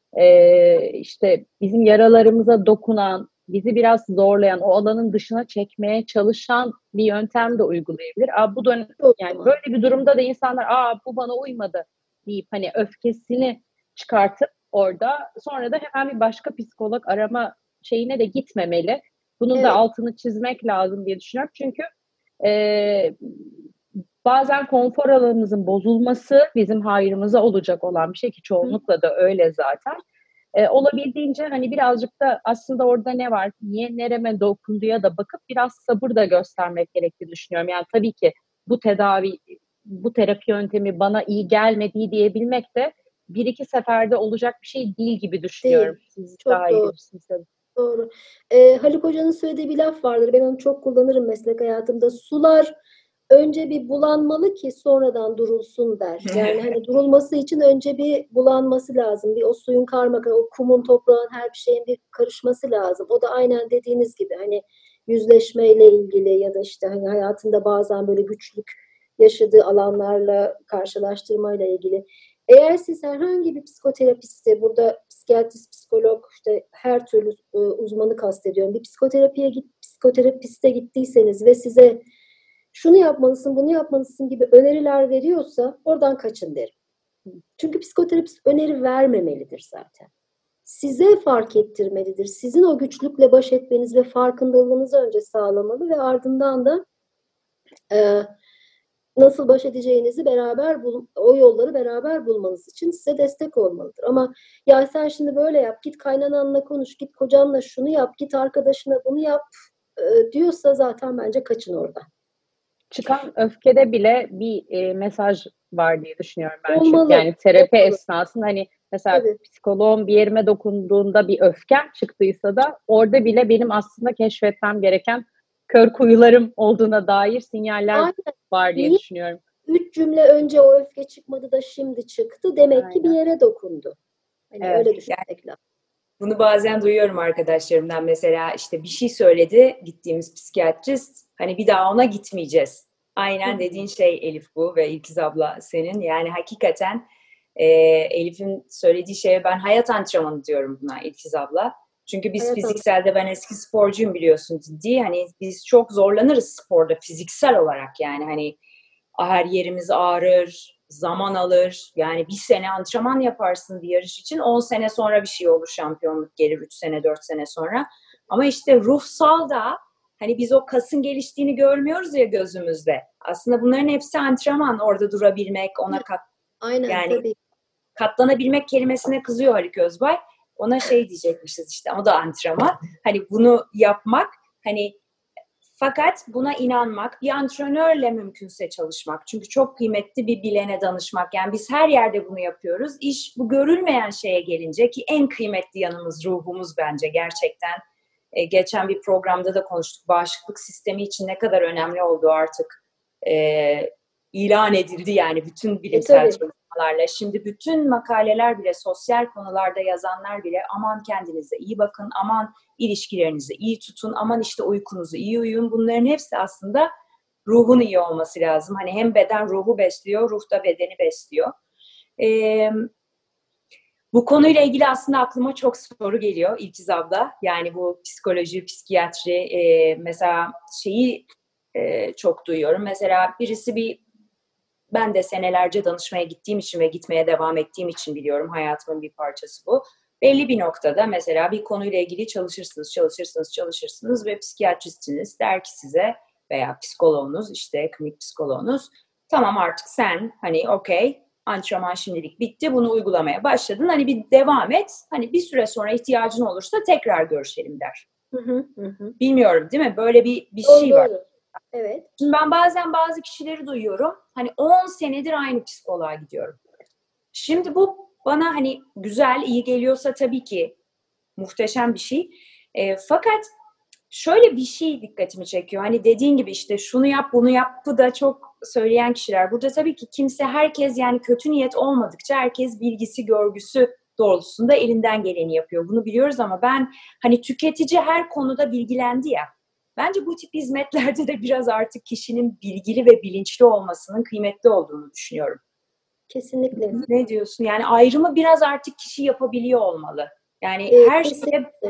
e, işte bizim yaralarımıza dokunan, bizi biraz zorlayan, o alanın dışına çekmeye çalışan bir yöntem de uygulayabilir. Aa, bu dön- yani böyle bir durumda da insanlar aa bu bana uymadı deyip hani öfkesini çıkartıp orada sonra da hemen bir başka psikolog arama şeyine de gitmemeli. Bunun evet. da altını çizmek lazım diye düşünüyorum. Çünkü e, bazen konfor alanımızın bozulması bizim hayrımıza olacak olan bir şey ki çoğunlukla da öyle zaten. E, olabildiğince hani birazcık da aslında orada ne var, niye nereme dokunduya da bakıp biraz sabır da göstermek gerektiğini düşünüyorum. Yani tabii ki bu tedavi, bu terapi yöntemi bana iyi gelmedi diyebilmek de bir iki seferde olacak bir şey değil gibi düşünüyorum. Değil. Siz çok daha iyi doğru. bilirsiniz tabii. Doğru. Ee, Haluk Hoca'nın söylediği bir laf vardır. Ben onu çok kullanırım meslek hayatımda. Sular önce bir bulanmalı ki sonradan durulsun der. Yani hani durulması için önce bir bulanması lazım. Bir o suyun karma, o kumun, toprağın, her bir şeyin bir karışması lazım. O da aynen dediğiniz gibi hani yüzleşmeyle ilgili ya da işte hani hayatında bazen böyle güçlük yaşadığı alanlarla karşılaştırmayla ilgili. Eğer siz herhangi bir psikoterapiste, burada psikiyatrist, psikolog, işte her türlü e, uzmanı kastediyorum, bir psikoterapiye git, psikoterapiste gittiyseniz ve size şunu yapmalısın, bunu yapmalısın gibi öneriler veriyorsa oradan kaçın derim. Çünkü psikoterapist öneri vermemelidir zaten. Size fark ettirmelidir. Sizin o güçlükle baş etmeniz ve farkındalığınızı önce sağlamalı ve ardından da e, nasıl baş edeceğinizi beraber bul, o yolları beraber bulmanız için size destek olmalıdır. Ama ya sen şimdi böyle yap, git kaynananla konuş, git kocanla şunu yap, git arkadaşına bunu yap e, diyorsa zaten bence kaçın oradan. Çıkan öfkede bile bir e, mesaj var diye düşünüyorum ben. Olmalı. Çünkü yani terapi Olmalı. esnasında hani mesela Tabii. psikoloğum bir yerime dokunduğunda bir öfkem çıktıysa da orada bile benim aslında keşfetmem gereken kör kuyularım olduğuna dair sinyaller Aynen. var diye Niye? düşünüyorum. Üç cümle önce o öfke çıkmadı da şimdi çıktı. Demek Aynen. ki bir yere dokundu. Hani evet. öyle düşünmek yani, lazım. Bunu bazen duyuyorum arkadaşlarımdan, mesela işte bir şey söyledi gittiğimiz psikiyatrist, hani bir daha ona gitmeyeceğiz. Aynen dediğin şey Elif bu ve İlkiz abla senin. Yani hakikaten e, Elif'in söylediği şeye ben hayat antrenmanı diyorum buna İlkiz abla. Çünkü biz hayat fizikselde, ben eski sporcuyum biliyorsun ciddi. Hani biz çok zorlanırız sporda fiziksel olarak, yani hani her yerimiz ağrır, zaman alır. Yani bir sene antrenman yaparsın bir yarış için, on sene sonra bir şey olur, şampiyonluk gelir üç sene dört sene sonra. Ama işte ruhsal da hani biz o kasın geliştiğini görmüyoruz ya gözümüzde. Aslında bunların hepsi antrenman, orada durabilmek, ona kat, Aynen, yani tabii. katlanabilmek kelimesine kızıyor Haluk Özbay. Ona şey diyecekmişiz işte, o da antrenman. Hani bunu yapmak, hani fakat buna inanmak, bir antrenörle mümkünse çalışmak. Çünkü çok kıymetli bir bilene danışmak. Yani biz her yerde bunu yapıyoruz. İş bu görülmeyen şeye gelince, ki en kıymetli yanımız ruhumuz bence gerçekten. Ee, geçen bir programda da konuştuk. Bağışıklık sistemi için ne kadar önemli olduğu artık e, ilan edildi yani bütün bilimsel e, çalışmalarla. Şimdi bütün makaleler bile, sosyal konularda yazanlar bile aman kendinize iyi bakın, aman ilişkilerinizi iyi tutun, aman işte uykunuzu iyi uyuyun. Bunların hepsi aslında ruhun iyi olması lazım. Hani hem beden ruhu besliyor, ruh da bedeni besliyor. Ee, bu konuyla ilgili aslında aklıma çok soru geliyor İlkiz abla. Yani bu psikoloji, psikiyatri, e, mesela şeyi e, çok duyuyorum. Mesela birisi bir, ben de senelerce danışmaya gittiğim için ve gitmeye devam ettiğim için biliyorum, hayatımın bir parçası bu. Belli bir noktada mesela bir konuyla ilgili çalışırsınız, çalışırsınız, çalışırsınız ve psikiyatristiniz der ki size, veya psikoloğunuz, işte klinik psikoloğunuz, tamam artık sen hani okey, antrenman şimdilik bitti, bunu uygulamaya başladın, hani bir devam et, hani bir süre sonra ihtiyacın olursa tekrar görüşelim der. Hı hı hı. Bilmiyorum değil mi? Böyle bir, bir doğru, şey var. Doğru. Evet. Şimdi ben bazen bazı kişileri duyuyorum. Hani on senedir aynı psikoloğa gidiyorum. Şimdi bu bana hani güzel, iyi geliyorsa tabii ki muhteşem bir şey. E, fakat şöyle bir şey dikkatimi çekiyor. Hani dediğin gibi işte şunu yap, bunu yapı da çok söyleyen kişiler. Burada tabii ki kimse, herkes yani kötü niyet olmadıkça herkes bilgisi, görgüsü doğrultusunda elinden geleni yapıyor. Bunu biliyoruz ama ben hani tüketici her konuda bilgilendi ya. Bence bu tip hizmetlerde de biraz artık kişinin bilgili ve bilinçli olmasının kıymetli olduğunu düşünüyorum. Kesinlikle. Ne diyorsun? Yani ayrımı biraz artık kişi yapabiliyor olmalı. Yani Ee, her kesinlikle. şeye...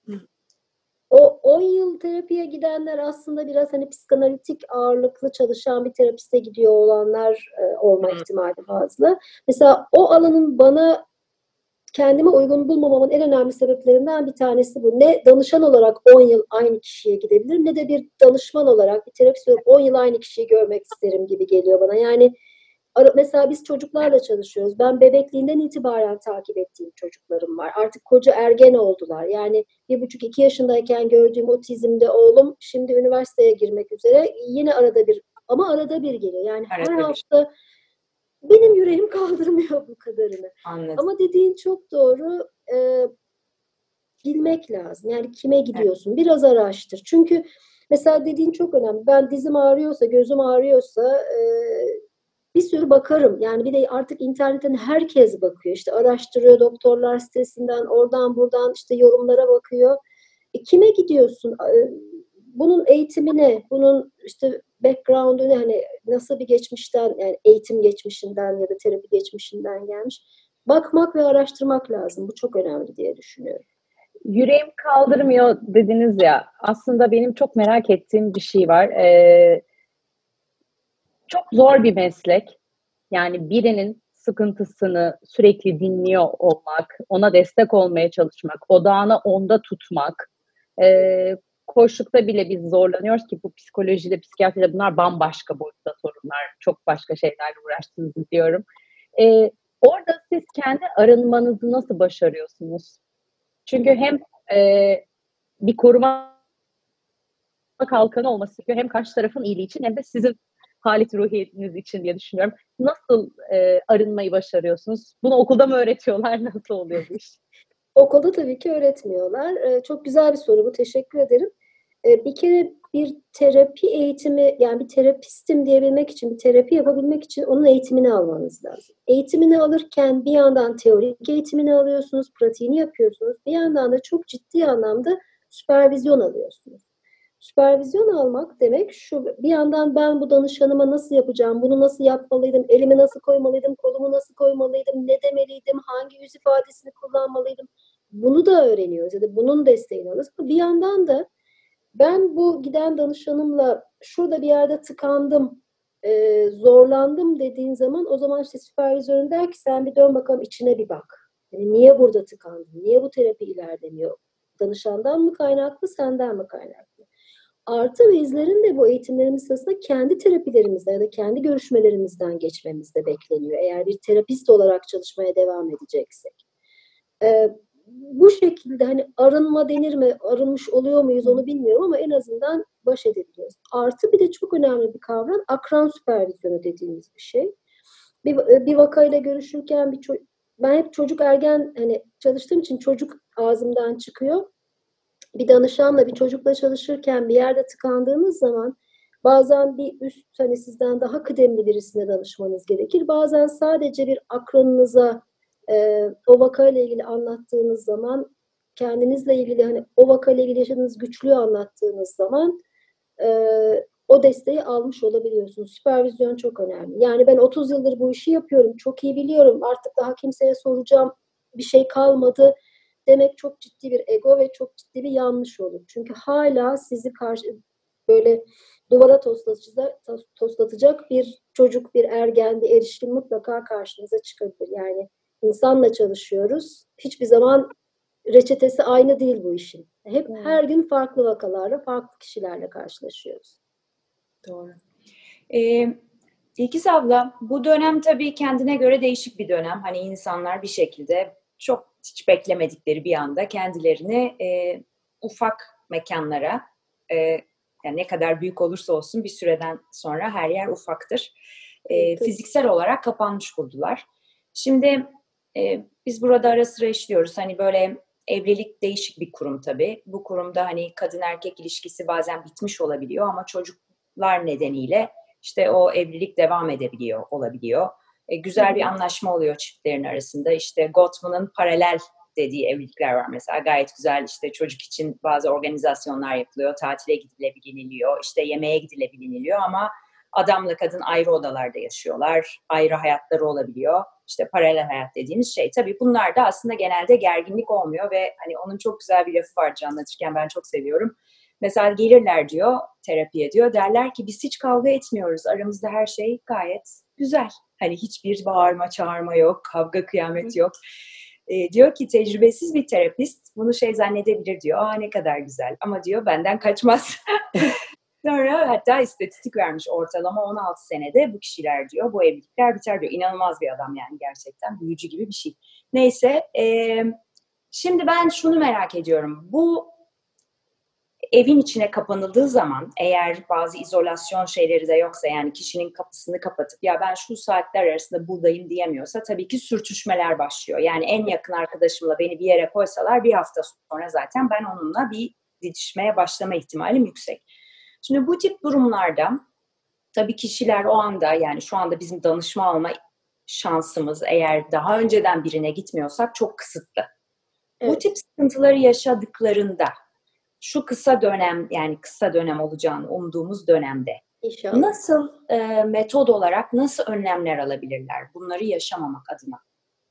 O on yıl terapiye gidenler aslında biraz hani psikanalitik ağırlıklı çalışan bir terapiste gidiyor olanlar e, olma ihtimali fazla. Mesela o alanın bana kendime uygun bulmamamın en önemli sebeplerinden bir tanesi bu. Ne danışan olarak on yıl aynı kişiye gidebilirim ne de bir danışman olarak, bir terapist olarak on yıl aynı kişiyi görmek isterim gibi geliyor bana. Yani mesela biz çocuklarla çalışıyoruz. Ben bebekliğinden itibaren takip ettiğim çocuklarım var. Artık koca ergen oldular. Yani bir buçuk iki yaşındayken gördüğüm otizmde oğlum şimdi üniversiteye girmek üzere. Yine arada bir, ama arada bir geliyor. Yani her Arada bir. hafta benim yüreğim kaldırmıyor bu kadarını. Anladım. Ama dediğin çok doğru. Ee, bilmek lazım. Yani kime gidiyorsun? Biraz araştır. Çünkü mesela dediğin çok önemli. Ben dizim ağrıyorsa, gözüm ağrıyorsa e, bir sürü bakarım. Yani bir de artık internetten herkes bakıyor. İşte araştırıyor, doktorlar sitesinden, oradan buradan işte yorumlara bakıyor. E, kime gidiyorsun? E, bunun eğitimi ne? Bunun işte background'u ne? Hani nasıl bir geçmişten, yani eğitim geçmişinden ya da terapi geçmişinden gelmiş. Bakmak ve araştırmak lazım. Bu çok önemli diye düşünüyorum. Yüreğim kaldırmıyor dediniz ya. Aslında benim çok merak ettiğim bir şey var. Ee, çok zor bir meslek. Yani birinin sıkıntısını sürekli dinliyor olmak, ona destek olmaya çalışmak, odağını onda tutmak. Ee, koçlukta bile biz zorlanıyoruz ki bu psikolojide, psikiyatride bunlar bambaşka boyutta sorunlar. Çok başka şeylerle uğraştığınızı biliyorum. Ee, orada siz kendi arınmanızı nasıl başarıyorsunuz? Çünkü hem e, bir koruma kalkanı olması gerekiyor. Hem karşı tarafın iyiliği için hem de sizin halit ruhiyetiniz için diye düşünüyorum. Nasıl e, arınmayı başarıyorsunuz? Bunu okulda mı öğretiyorlar? Nasıl oluyor bu iş? Okulda tabii ki öğretmiyorlar. Ee, çok güzel bir soru bu. Teşekkür ederim. Ee, bir kere bir terapi eğitimi, yani bir terapistim diyebilmek için, bir terapi yapabilmek için onun eğitimini almanız lazım. Eğitimini alırken bir yandan teorik eğitimini alıyorsunuz, pratiğini yapıyorsunuz. Bir yandan da çok ciddi anlamda süpervizyon alıyorsunuz. Süpervizyon almak demek şu: bir yandan ben bu danışanıma nasıl yapacağım, bunu nasıl yapmalıydım, elimi nasıl koymalıydım, kolumu nasıl koymalıydım, ne demeliydim, hangi yüz ifadesini kullanmalıydım, bunu da öğreniyoruz ya da bunun desteğini alıyoruz. Bir yandan da ben bu giden danışanımla şurada bir yerde tıkandım, e, zorlandım dediğin zaman, o zaman işte süpervizörün der ki sen bir dön bakalım, içine bir bak. Yani niye burada tıkandın, niye bu terapi ilerlemiyor? Danışandan mı kaynaklı, senden mi kaynaklı? Artı bizlerin de bu eğitimlerimiz sırasında kendi terapilerimizden ya da kendi görüşmelerimizden geçmemiz de bekleniyor. Eğer bir terapist olarak çalışmaya devam edeceksek. Ee, bu şekilde hani arınma denir mi, arınmış oluyor muyuz onu bilmiyorum ama en azından baş edebiliyoruz. Artı bir de çok önemli bir kavram, akran süpervizyonu dediğimiz bir şey. Bir, bir vakayla görüşürken bir ço- ben hep çocuk ergen hani çalıştığım için çocuk ağzımdan çıkıyor. Bir danışanla, bir çocukla çalışırken bir yerde tıkandığınız zaman bazen bir üst, hani sizden daha kıdemli birisine danışmanız gerekir. Bazen sadece bir akranınıza e, o vakayla ilgili anlattığınız zaman, kendinizle ilgili hani o vakayla ilgili yaşadığınız güçlüğü anlattığınız zaman e, o desteği almış olabiliyorsunuz. Süpervizyon çok önemli. Yani ben otuz yıldır bu işi yapıyorum, çok iyi biliyorum, artık daha kimseye soracağım bir şey kalmadı demek çok ciddi bir ego ve çok ciddi bir yanlış olur. Çünkü hala sizi karşı böyle duvara toslatacak, toslatacak bir çocuk, bir ergen, bir erişkin mutlaka karşınıza çıkabilir. Yani insanla çalışıyoruz. Hiçbir zaman reçetesi aynı değil bu işin. Hep hmm. her gün farklı vakalarla, farklı kişilerle karşılaşıyoruz. Doğru. Ee, İlkiz abla, bu dönem tabii kendine göre değişik bir dönem. Hani insanlar bir şekilde çok hiç beklemedikleri bir anda kendilerini e, ufak mekanlara, e, Yani ne kadar büyük olursa olsun bir süreden sonra her yer ufaktır. E, Evet. fiziksel olarak kapanmış buldular. Şimdi e, biz burada ara sıra işliyoruz. Hani böyle evlilik değişik bir kurum tabii. Bu kurumda hani kadın erkek ilişkisi bazen bitmiş olabiliyor ama çocuklar nedeniyle işte o evlilik devam edebiliyor, olabiliyor. E, güzel bir anlaşma oluyor çiftlerin arasında. İşte Gottman'ın paralel dediği evlilikler var mesela. Gayet güzel, işte çocuk için bazı organizasyonlar yapılıyor. Tatile gidilebiliniyor, işte yemeğe gidilebiliniyor ama adamla kadın ayrı odalarda yaşıyorlar. Ayrı hayatları olabiliyor. İşte paralel hayat dediğimiz şey. Tabii bunlar da aslında genelde gerginlik olmuyor ve hani onun çok güzel bir lafı var, anlatırken ben çok seviyorum. Mesela gelirler diyor, terapiye diyor. Derler ki biz hiç kavga etmiyoruz. Aramızda her şey gayet güzel. Hani hiçbir bağırma çağırma yok, kavga kıyamet yok. E, diyor ki tecrübesiz bir terapist bunu şey zannedebilir diyor. Aa ne kadar güzel ama diyor benden kaçmaz. Sonra hatta istatistik vermiş, ortalama on altı senede bu kişiler diyor, bu evlilikler biter diyor. İnanılmaz bir adam yani, gerçekten büyücü gibi bir şey. Neyse, e, şimdi ben şunu merak ediyorum. Bu evin içine kapanıldığı zaman, eğer bazı izolasyon şeyleri de yoksa, yani kişinin kapısını kapatıp ya ben şu saatler arasında buradayım diyemiyorsa tabii ki sürtüşmeler başlıyor. Yani en yakın arkadaşımla beni bir yere koysalar bir hafta sonra zaten ben onunla bir didişmeye başlama ihtimalim yüksek. Şimdi bu tip durumlarda tabii kişiler o anda, yani şu anda bizim danışma alma şansımız eğer daha önceden birine gitmiyorsak çok kısıtlı. Evet. Bu tip sıkıntıları yaşadıklarında şu kısa dönem, yani kısa dönem olacağını umduğumuz dönemde İnşallah. nasıl e, metod olarak nasıl önlemler alabilirler bunları yaşamamak adına?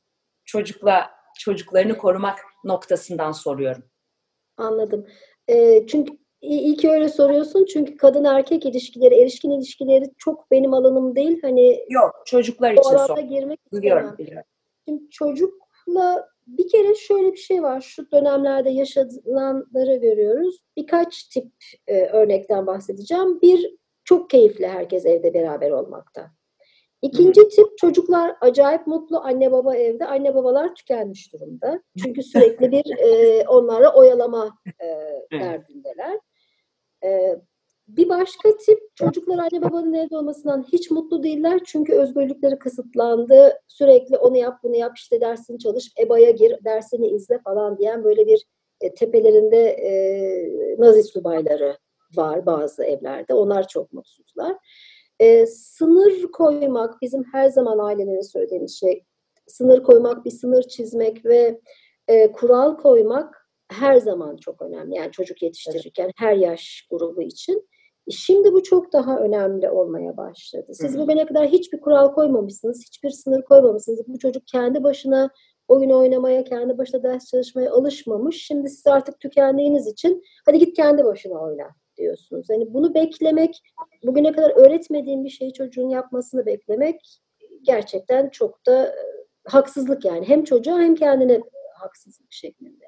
Çocukla çocuklarını korumak noktasından soruyorum. Anladım. E, çünkü iyi ki öyle soruyorsun, çünkü kadın erkek ilişkileri, erişkin ilişkileri çok benim alanım değil. Hani yok, çocuklar için sor. girmek biliyorum, biliyorum. Şimdi çocukla bir kere şöyle bir şey var. Şu dönemlerde yaşananları görüyoruz. Birkaç tip e, örnekten bahsedeceğim. Bir, çok keyifli herkes evde beraber olmakta. İkinci Hı-hı. tip, çocuklar acayip mutlu, anne baba evde. Anne babalar tükenmiş durumda. Çünkü sürekli bir e, onlara oyalama e, derdindeler. E, bir başka tip, çocuklar anne babanın evde olmasından hiç mutlu değiller. Çünkü özgürlükleri kısıtlandı. Sürekli onu yap, bunu yap, işte dersini çalış, E B A'ya gir, dersini izle falan diyen böyle bir e, tepelerinde e, Nazi subayları var bazı evlerde. Onlar çok mutsuzlar. E, sınır koymak, bizim her zaman ailelere söylediğimiz şey. Sınır koymak, bir sınır çizmek ve e, kural koymak her zaman çok önemli. Yani çocuk yetiştirirken her yaş grubu için. Şimdi bu çok daha önemli olmaya başladı. Siz Hı-hı. bugüne kadar hiçbir kural koymamışsınız, hiçbir sınır koymamışsınız. Bu çocuk kendi başına oyun oynamaya, kendi başına ders çalışmaya alışmamış. Şimdi siz artık tükendiğiniz için hadi git kendi başına oyna diyorsunuz. Yani bunu beklemek, bugüne kadar öğretmediğim bir şeyi çocuğun yapmasını beklemek gerçekten çok da haksızlık yani. Hem çocuğa hem kendine haksızlık şeklinde.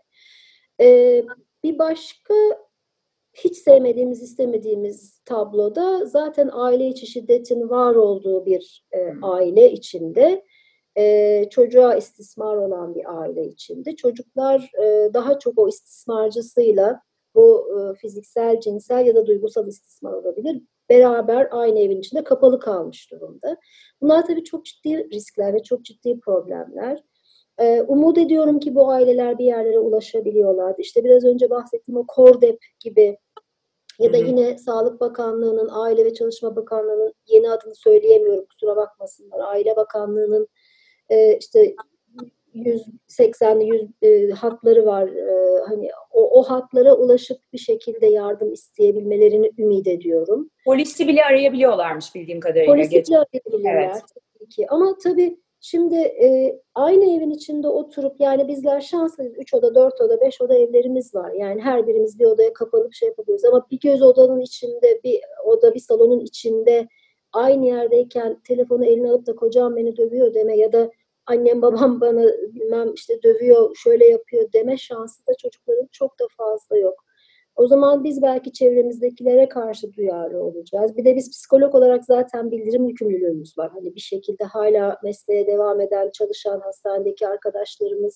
Ee, bir başka hiç sevmediğimiz, istemediğimiz tabloda zaten aile içi şiddetin var olduğu bir e, aile içinde, e, çocuğa istismar olan bir aile içinde. Çocuklar e, daha çok o istismarcısıyla, bu e, fiziksel, cinsel ya da duygusal istismar olabilir, beraber aynı evin içinde kapalı kalmış durumda. Bunlar tabii çok ciddi riskler ve çok ciddi problemler. Ee, umut ediyorum ki bu aileler bir yerlere ulaşabiliyorlar. İşte biraz önce bahsettiğim o KORDEP gibi ya da yine Sağlık Bakanlığı'nın, Aile ve Çalışma Bakanlığı'nın, yeni adını söyleyemiyorum kusura bakmasınlar, Aile Bakanlığı'nın e, işte yüz seksen yüz e, hatları var. E, hani o, o hatlara ulaşıp bir şekilde yardım isteyebilmelerini ümit ediyorum. Polisi bile arayabiliyorlarmış bildiğim kadarıyla. Polisi bile arayabilirler evet. tabii ki. Ama tabii şimdi e, aynı evin içinde oturup, yani bizler şanslıyız. Üç oda, dört oda, beş oda evlerimiz var. Yani her birimiz bir odaya kapanıp şey yapabiliyoruz. Ama bir göz odanın içinde, bir oda, bir salonun içinde aynı yerdeyken telefonu eline alıp da kocam beni dövüyor deme ya da annem babam bana bilmem işte dövüyor, şöyle yapıyor deme şansı da çocukların çok da fazla yok. O zaman biz belki çevremizdekilere karşı duyarlı olacağız. Bir de biz psikolog olarak zaten bildirim yükümlülüğümüz var. Hani bir şekilde hala mesleğe devam eden, çalışan hastanedeki arkadaşlarımız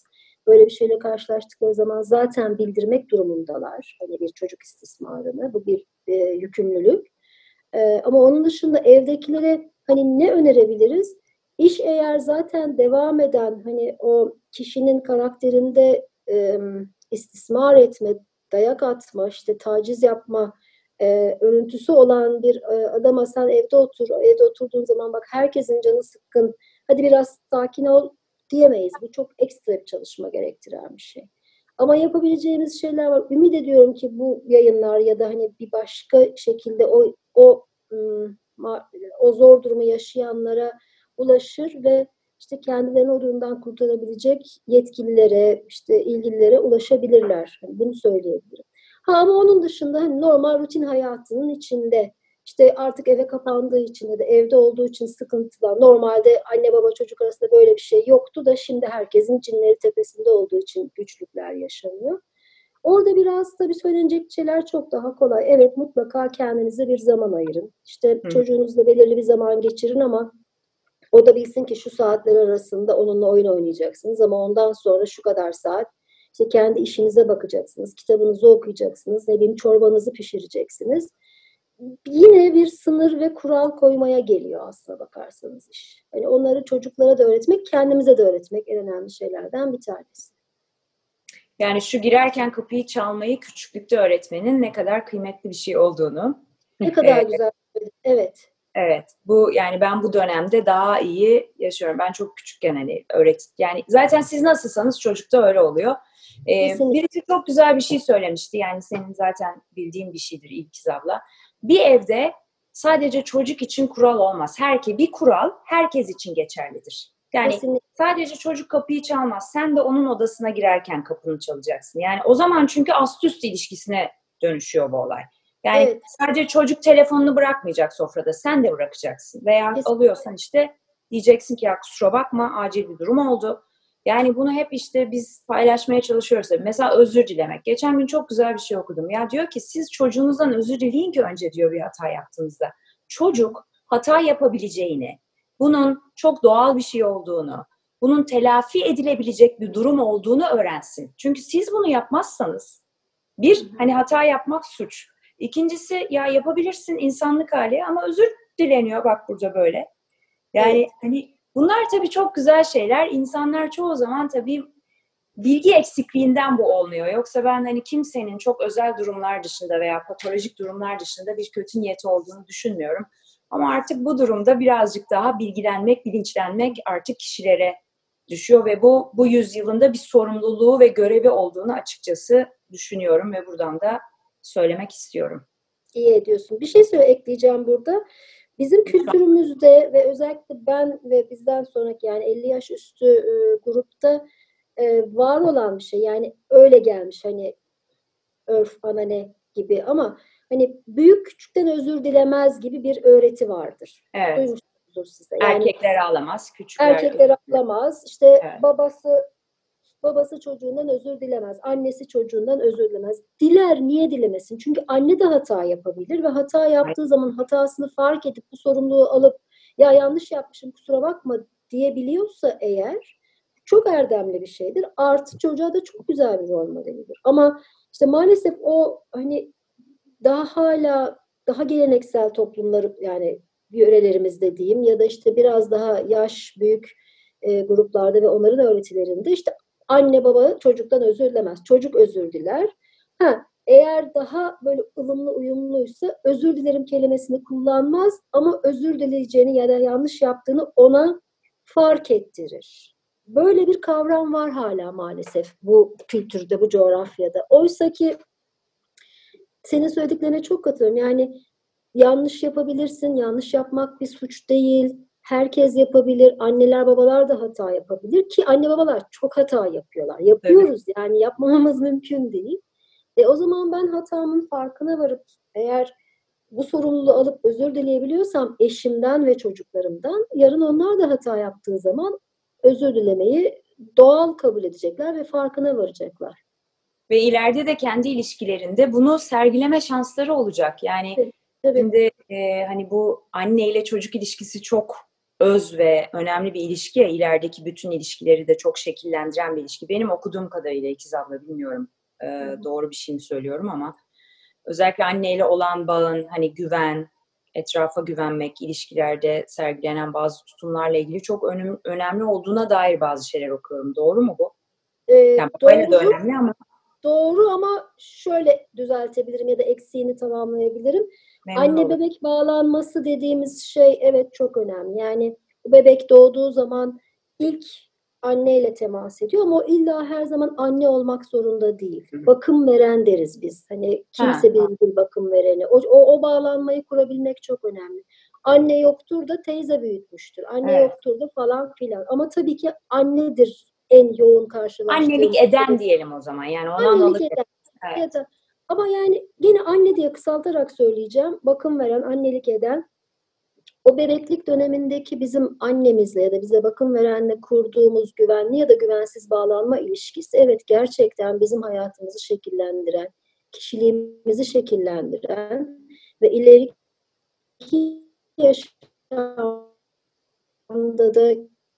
böyle bir şeyle karşılaştıkları zaman zaten bildirmek durumundalar. Hani bir çocuk istismarını, bu bir e, yükümlülük. E, ama onun dışında evdekilere hani ne önerebiliriz? İş eğer zaten devam eden, hani o kişinin karakterinde e, istismar etme, dayak atma, işte taciz yapma e, örüntüsü olan bir e, adama sen evde otur, evde oturduğun zaman bak herkesin canı sıkkın, hadi biraz sakin ol diyemeyiz. Bu çok ekstra bir çalışma gerektiren bir şey. Ama yapabileceğimiz şeyler var. Ümit ediyorum ki bu yayınlar ya da hani bir başka şekilde o o o zor durumu yaşayanlara ulaşır ve işte kendilerini o durumdan kurtarabilecek yetkililere, işte ilgililere ulaşabilirler. Yani bunu söyleyebilirim. Ha, ama onun dışında hani normal rutin hayatının içinde, işte artık eve kapandığı için ya da evde olduğu için sıkıntılar. Normalde anne baba çocuk arasında böyle bir şey yoktu da şimdi herkesin cinleri tepesinde olduğu için güçlükler yaşanıyor. Orada biraz tabii söylenecek şeyler çok daha kolay. Evet, mutlaka kendinize bir zaman ayırın. İşte Hı. çocuğunuzla belirli bir zaman geçirin ama o da bilsin ki şu saatler arasında onunla oyun oynayacaksınız ama ondan sonra şu kadar saat işte kendi işinize bakacaksınız, kitabınızı okuyacaksınız, ne bileyim çorbanızı pişireceksiniz. Yine bir sınır ve kural koymaya geliyor aslına bakarsanız iş. Yani onları çocuklara da öğretmek, kendimize de öğretmek en önemli şeylerden bir tanesi. Yani şu girerken kapıyı çalmayı küçüklükte öğretmenin ne kadar kıymetli bir şey olduğunu. Ne kadar güzel. Evet. Evet. Bu yani ben bu dönemde daha iyi yaşıyorum. Ben çok küçükken hani öğret yani zaten siz nasılsanız çocukta öyle oluyor. Ee, birisi çok güzel bir şey söylemişti. Yani senin zaten bildiğin bir şeydir İlkiz abla. Bir evde sadece çocuk için kural olmaz. Herke bir kural herkes için geçerlidir. Yani kesinlikle. Sadece çocuk kapıyı çalmaz. Sen de onun odasına girerken kapını çalacaksın. Yani o zaman çünkü ast üst ilişkisine dönüşüyor bu olay. Yani evet. Sadece çocuk telefonunu bırakmayacak sofrada. Sen de bırakacaksın. Veya kesinlikle. Alıyorsan işte diyeceksin ki ya kusura bakma acil bir durum oldu. Yani bunu hep işte biz paylaşmaya çalışıyoruz. Mesela özür dilemek. Geçen gün çok güzel bir şey okudum. Ya diyor ki siz çocuğunuzdan özür dileyin ki önce diyor bir hata yaptığınızda. Çocuk hata yapabileceğini, bunun çok doğal bir şey olduğunu, bunun telafi edilebilecek bir durum olduğunu öğrensin. Çünkü siz bunu yapmazsanız bir, hani hata yapmak suç. İkincisi ya yapabilirsin insanlık hali ama özür dileniyor bak burada böyle. Yani evet. Hani bunlar tabii çok güzel şeyler. İnsanlar çoğu zaman tabii bilgi eksikliğinden bu olmuyor. Yoksa ben hani kimsenin çok özel durumlar dışında veya patolojik durumlar dışında bir kötü niyeti olduğunu düşünmüyorum. Ama artık bu durumda birazcık daha bilgilenmek, bilinçlenmek artık kişilere düşüyor ve bu bu yüzyılında bir sorumluluğu ve görevi olduğunu açıkçası düşünüyorum ve buradan da söylemek istiyorum. İyi ediyorsun. Bir şey söyle ekleyeceğim burada. Bizim kültürümüzde ve özellikle ben ve bizden sonraki yani elli yaş üstü e, grupta e, var olan bir şey. Yani öyle gelmiş hani örf, anane gibi ama hani büyük küçükten özür dilemez gibi bir öğreti vardır. Evet. Duymuşsunuzdur size. Yani, erkekler ağlamaz, küçükler erkekler ağlamaz. İşte evet. babası Babası çocuğundan özür dilemez. Annesi çocuğundan özür dilemez. Diler, niye dilemesin? Çünkü anne de hata yapabilir ve hata yaptığı evet. zaman hatasını fark edip bu sorumluluğu alıp ya yanlış yapmışım kusura bakma diyebiliyorsa eğer çok erdemli bir şeydir. Artı çocuğa da çok güzel bir rol modelidir. Ama işte maalesef o hani daha hala daha geleneksel toplumları yani yörelerimizde diyeyim ya da işte biraz daha yaş büyük e, gruplarda ve onların öğretilerinde işte anne baba çocuktan özür dilemez. Çocuk özür diler. Ha, eğer daha böyle ılımlı uyumluysa özür dilerim kelimesini kullanmaz ama özür dileyeceğini ya da yanlış yaptığını ona fark ettirir. Böyle bir kavram var hala maalesef bu kültürde, bu coğrafyada. Oysa ki senin söylediklerine çok katılıyorum. Yani yanlış yapabilirsin, yanlış yapmak bir suç değil. Herkes yapabilir. Anneler, babalar da hata yapabilir ki anne babalar çok hata yapıyorlar. Yapıyoruz evet. Yani yapmamamız mümkün değil. E o zaman ben hatamın farkına varıp eğer bu sorumluluğu alıp özür dileyebiliyorsam eşimden ve çocuklarımdan yarın onlar da hata yaptığı zaman özür dilemeyi doğal kabul edecekler ve farkına varacaklar. Ve ileride de kendi ilişkilerinde bunu sergileme şansları olacak. Yani evet, tabii. Şimdi e, hani bu anne ile çocuk ilişkisi çok öz ve önemli bir ilişki ya, ilerideki bütün ilişkileri de çok şekillendiren bir ilişki. Benim okuduğum kadarıyla İkiz abla, bilmiyorum e, doğru bir şey mi söylüyorum ama özellikle anneyle olan bağın, hani güven, etrafa güvenmek, ilişkilerde sergilenen bazı tutumlarla ilgili çok önem, önemli olduğuna dair bazı şeyler okuyorum. Doğru mu bu? Ee, Yani babayla da doğru. önemli ama. Doğru ama şöyle düzeltebilirim ya da eksiğini tamamlayabilirim. Memnun Anne olurum. bebek bağlanması dediğimiz şey evet çok önemli. Yani bu bebek doğduğu zaman ilk anneyle temas ediyor ama o illa her zaman anne olmak zorunda değil. Hı hı. Bakım veren deriz biz. Hani kimse Ha. bir bakım vereni. O, o, o bağlanmayı kurabilmek çok önemli. Anne yoktur da teyze büyütmüştür. Anne Evet. yoktur da falan filan. Ama tabii ki annedir en yoğun karşılaştığımız. Annelik eden diyelim o zaman. Yani ondan Annelik alıp. eden. Evet. Ya da, ama yani gene anne diye kısaltarak söyleyeceğim. Bakım veren, annelik eden, o bebeklik dönemindeki bizim annemizle ya da bize bakım verenle kurduğumuz güvenli ya da güvensiz bağlanma ilişkisi evet gerçekten bizim hayatımızı şekillendiren, kişiliğimizi şekillendiren ve ileriki yaşamda da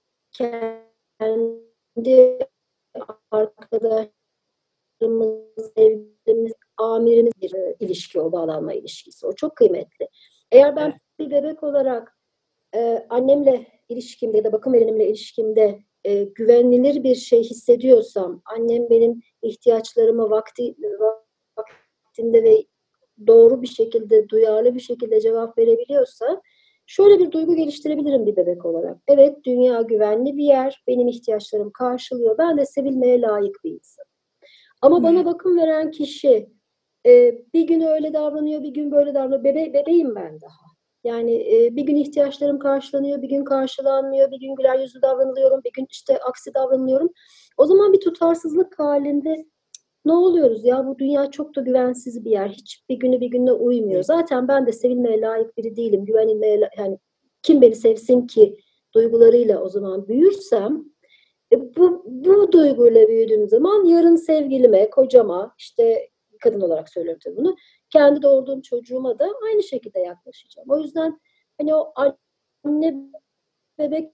kendi arkadaş sevgilimiz, amirimiz bir ilişki, o bağlanma ilişkisi. O çok kıymetli. Eğer ben Evet. bir bebek olarak e, annemle ilişkimde ya da bakım verenimle ilişkimde e, güvenilir bir şey hissediyorsam, annem benim ihtiyaçlarıma vakti, vaktinde ve doğru bir şekilde, duyarlı bir şekilde cevap verebiliyorsa, şöyle bir duygu geliştirebilirim bir bebek olarak. Evet, dünya güvenli bir yer, benim ihtiyaçlarım karşılıyor, ben de sevilmeye layık bir insanım. Ama bana bakım veren kişi e, bir gün öyle davranıyor, bir gün böyle davranıyor. Bebe bebeğim ben daha. Yani e, bir gün ihtiyaçlarım karşılanıyor, bir gün karşılanmıyor, bir gün güler yüzlü davranılıyorum, bir gün işte aksi davranılıyorum. O zaman bir tutarsızlık halinde ne oluyoruz ya, bu dünya çok da güvensiz bir yer. Hiçbir günü bir gününe uymuyor. Zaten ben de sevilmeye layık biri değilim. Güvenilmeye, yani kim beni sevsin ki duygularıyla o zaman büyürsem, e, bu, bu duyguyla büyüdüğüm zaman yarın sevgilime, kocama, işte kadın olarak söylüyorum tabii bunu, kendi doğurduğum çocuğuma da aynı şekilde yaklaşacağım. O yüzden hani o anne bebek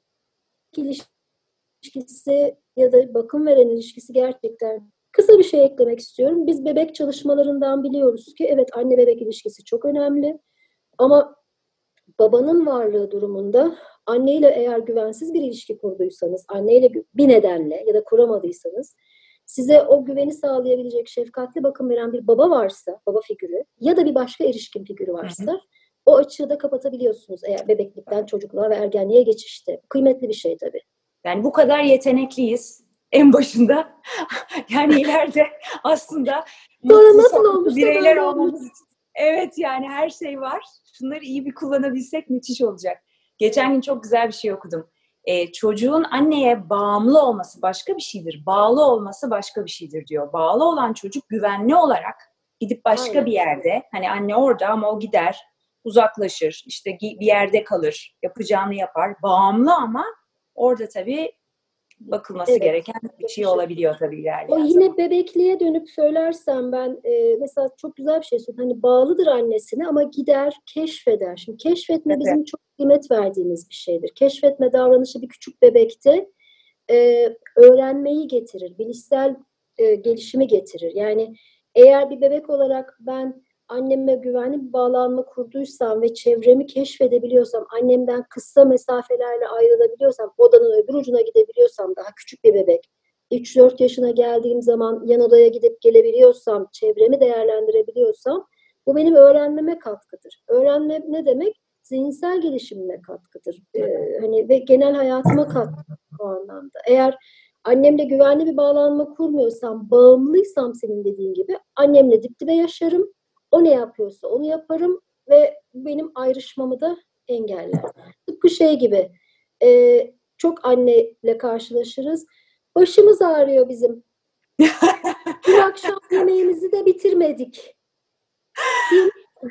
ilişkisi ya da bakım veren ilişkisi gerçekten, kısa bir şey eklemek istiyorum. Biz bebek çalışmalarından biliyoruz ki evet, anne bebek ilişkisi çok önemli ama babanın varlığı durumunda anneyle eğer güvensiz bir ilişki kurduysanız, anneyle bir nedenle ya da kuramadıysanız, size o güveni sağlayabilecek şefkatli bakım veren bir baba varsa, baba figürü ya da bir başka erişkin figürü varsa, hı hı, o açığı da kapatabiliyorsunuz eğer bebeklikten çocukluğa ve ergenliğe geçişte. Kıymetli bir şey tabii. Yani bu kadar yetenekliyiz en başında. Yani ileride aslında sonra nasıl olmuş bireyler olmamız için. Evet, yani her şey var. Şunları iyi bir kullanabilsek müthiş olacak. Geçen gün çok güzel bir şey okudum. Ee, çocuğun anneye bağımlı olması başka bir şeydir. Bağlı olması başka bir şeydir diyor. Bağlı olan çocuk güvenli olarak gidip başka Aynen. bir yerde, hani anne orada ama o gider, uzaklaşır, işte bir yerde kalır, yapacağını yapar. Bağımlı ama orada tabii bakılması evet, gereken bir şey olabiliyor tabii ilerleyen O yine zaman. Bebekliğe dönüp söylersem ben e, mesela çok güzel bir şey söyledim. Hani bağlıdır annesine ama gider keşfeder. Şimdi keşfetme evet. bizim çok kıymet verdiğimiz bir şeydir. Keşfetme davranışı bir küçük bebekte e, öğrenmeyi getirir. Bilişsel e, gelişimi getirir. Yani eğer bir bebek olarak ben anneme güvenli bir bağlanma kurduysam ve çevremi keşfedebiliyorsam, annemden kısa mesafelerle ayrılabiliyorsam, odanın öbür ucuna gidebiliyorsam, daha küçük bir bebek, üç dört yaşına geldiğim zaman yan odaya gidip gelebiliyorsam, çevremi değerlendirebiliyorsam, bu benim öğrenmeme katkıdır. Öğrenme ne demek? Zihinsel gelişimime katkıdır. Ee, hani ve genel hayatıma katkıdır o anlamda. Eğer annemle güvenli bir bağlanma kurmuyorsam, bağımlıysam senin dediğin gibi, annemle dip dibe yaşarım. O ne yapıyorsa onu yaparım ve benim ayrışmamı da engeller. Tıpkı şey gibi, e, çok anneyle karşılaşırız. Başımız ağrıyor bizim. Bir akşam yemeğimizi de bitirmedik. Değil mi?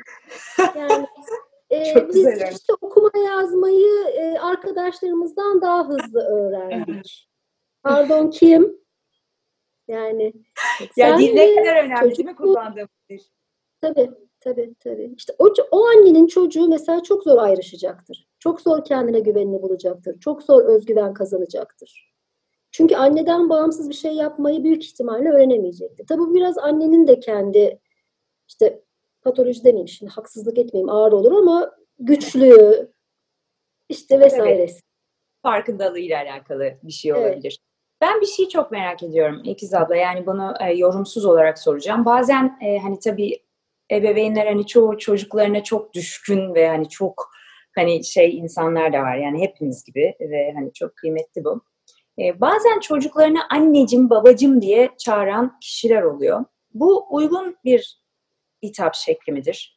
Yani e, biz işte okuma yazmayı e, arkadaşlarımızdan daha hızlı öğrendik. Pardon, kim? Yani ya sen dil ne mi? kadar önemli Çocuk değil mi kullandığımız dil? Tabii, Tabii tabii. İşte o, o annenin çocuğu mesela çok zor ayrışacaktır. Çok zor kendine güvenini bulacaktır. Çok zor özgüven kazanacaktır. Çünkü anneden bağımsız bir şey yapmayı büyük ihtimalle öğrenemeyecektir. Tabii bu biraz annenin de kendi işte patoloji demeyeyim şimdi haksızlık etmeyeyim ağır olur ama güçlüğü işte vesairesi. Evet. Farkındalığıyla alakalı bir şey Evet. olabilir. Ben bir şeyi çok merak ediyorum İlkiz abla. Yani bunu e, yorumsuz olarak soracağım. Bazen e, hani tabii ebeveynler hani çoğu çocuklarına çok düşkün ve hani çok hani şey insanlar da var. Yani hepimiz gibi ve hani çok kıymetli bu. E, bazen çocuklarına anneciğim, babacığım diye çağıran kişiler oluyor. Bu uygun bir hitap şekli midir?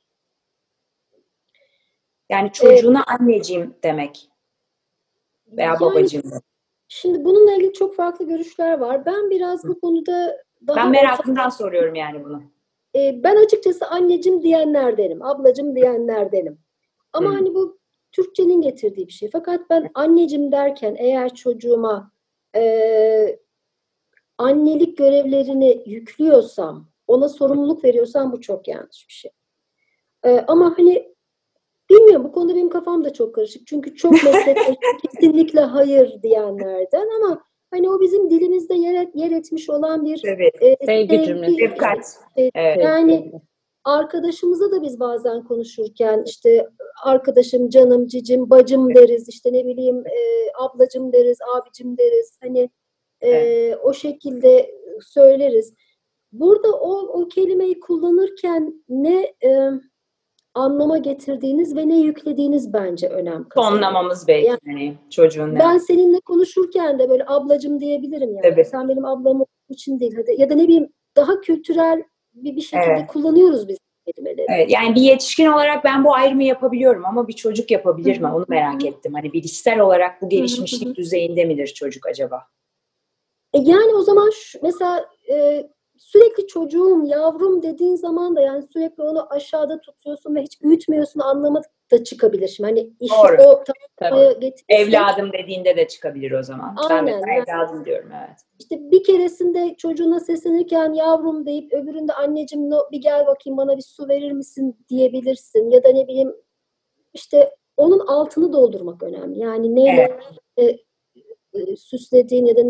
Yani çocuğuna evet. anneciğim demek veya yani, babacığım demek. Şimdi bununla ilgili çok farklı görüşler var. Ben biraz bu konuda daha... Ben merakımdan orta... soruyorum yani bunu. E, ben açıkçası anneciğim diyenlerdenim, ablacığım diyenlerdenim. Ama hmm. hani bu Türkçenin getirdiği bir şey. Fakat ben anneciğim derken eğer çocuğuma e, annelik görevlerini yüklüyorsam, ona sorumluluk veriyorsam bu çok yanlış bir şey. E, ama hani bilmiyorum, bu konuda benim kafam da çok karışık. Çünkü çok meslektaşım kesinlikle hayır diyenlerden ama hani o bizim dilimizde yer, yer etmiş olan bir evet. e, sevgi cümlesi. E, evet. Yani arkadaşımıza da biz bazen konuşurken işte arkadaşım, canım, cicim, bacım deriz. İşte ne bileyim e, ablacım deriz, abicim deriz. Hani e, evet. o şekilde söyleriz. Burada o, o kelimeyi kullanırken ne e, anlama getirdiğiniz ve ne yüklediğiniz bence önem kazanıyor. Tonlamamız belki yani, hani çocuğun. Ben seninle konuşurken de böyle ablacım diyebilirim yani. Tabii. Sen benim ablam olduğu için değil. Hadi, ya da ne bileyim daha kültürel bir, bir şekilde evet. kullanıyoruz biz kelimeleri. Evet, yani bir yetişkin olarak ben bu ayrımı yapabiliyorum ama bir çocuk yapabilir mi? Onu merak ettim. Hani bilişsel olarak bu gelişmişlik düzeyinde midir çocuk acaba? E yani o zaman şu, mesela e, sürekli çocuğum, yavrum dediğin zaman da yani sürekli onu aşağıda tutuyorsun ve hiç büyütmüyorsun anlamı da çıkabilir. Şimdi hani işi doğru. o tamamaya getirirsek. Evladım dediğinde de çıkabilir o zaman. Aynen. Ben mesela evladım diyorum, evet. İşte bir keresinde çocuğuna seslenirken yavrum deyip öbüründe anneciğim no, bir gel bakayım bana bir su verir misin diyebilirsin. Ya da ne bileyim işte onun altını doldurmak önemli. Yani neyle evet. e, e, süslediğin ya da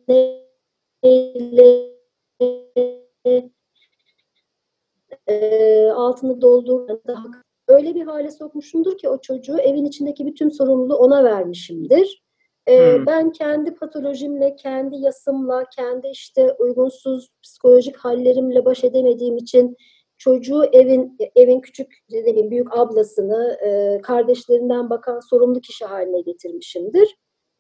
neyle e, altını doldur daha öyle bir hale sokmuşumdur ki o çocuğu evin içindeki bütün sorumluluğu ona vermişimdir. Ee, hmm. Ben kendi patolojimle, kendi yasımla, kendi işte uygunsuz psikolojik hallerimle baş edemediğim için çocuğu evin evin küçük, ne bileyim, büyük ablasını, e, kardeşlerinden bakan sorumlu kişi haline getirmişimdir.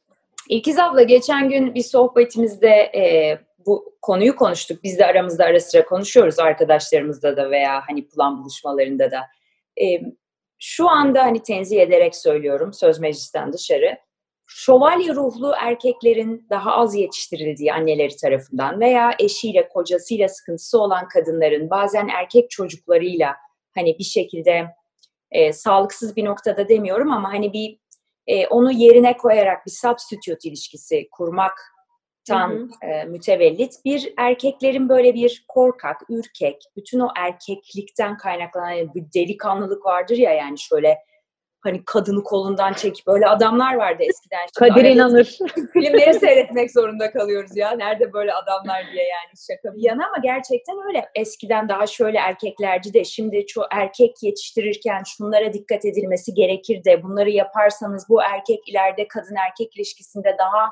İlkiz abla, geçen gün bir sohbetimizde e, bu konuyu konuştuk. Biz de aramızda ara sıra konuşuyoruz, arkadaşlarımızda da veya hani plan buluşmalarında da. E, şu anda hani tenzih ederek söylüyorum, söz meclisten dışarı. Şövalye ruhlu erkeklerin daha az yetiştirildiği anneleri tarafından veya eşiyle, kocasıyla sıkıntısı olan kadınların bazen erkek çocuklarıyla hani bir şekilde e, sağlıksız bir noktada demiyorum ama hani bir e, onu yerine koyarak bir substitute ilişkisi kurmaktan hı hı. E, mütevellit bir erkeklerin böyle bir korkak, ürkek, bütün o erkeklikten kaynaklanan yani bir delikanlılık vardır ya, yani şöyle hani kadını kolundan çekip böyle adamlar vardı eskiden. Şimdi Kadir İnanır. Filmleri seyretmek zorunda kalıyoruz ya. Nerede böyle adamlar diye, yani şaka bir yana ama gerçekten öyle. Eskiden daha şöyle erkeklerci de, şimdi çoğu erkek yetiştirirken şunlara dikkat edilmesi gerekir de bunları yaparsanız bu erkek ileride kadın erkek ilişkisinde daha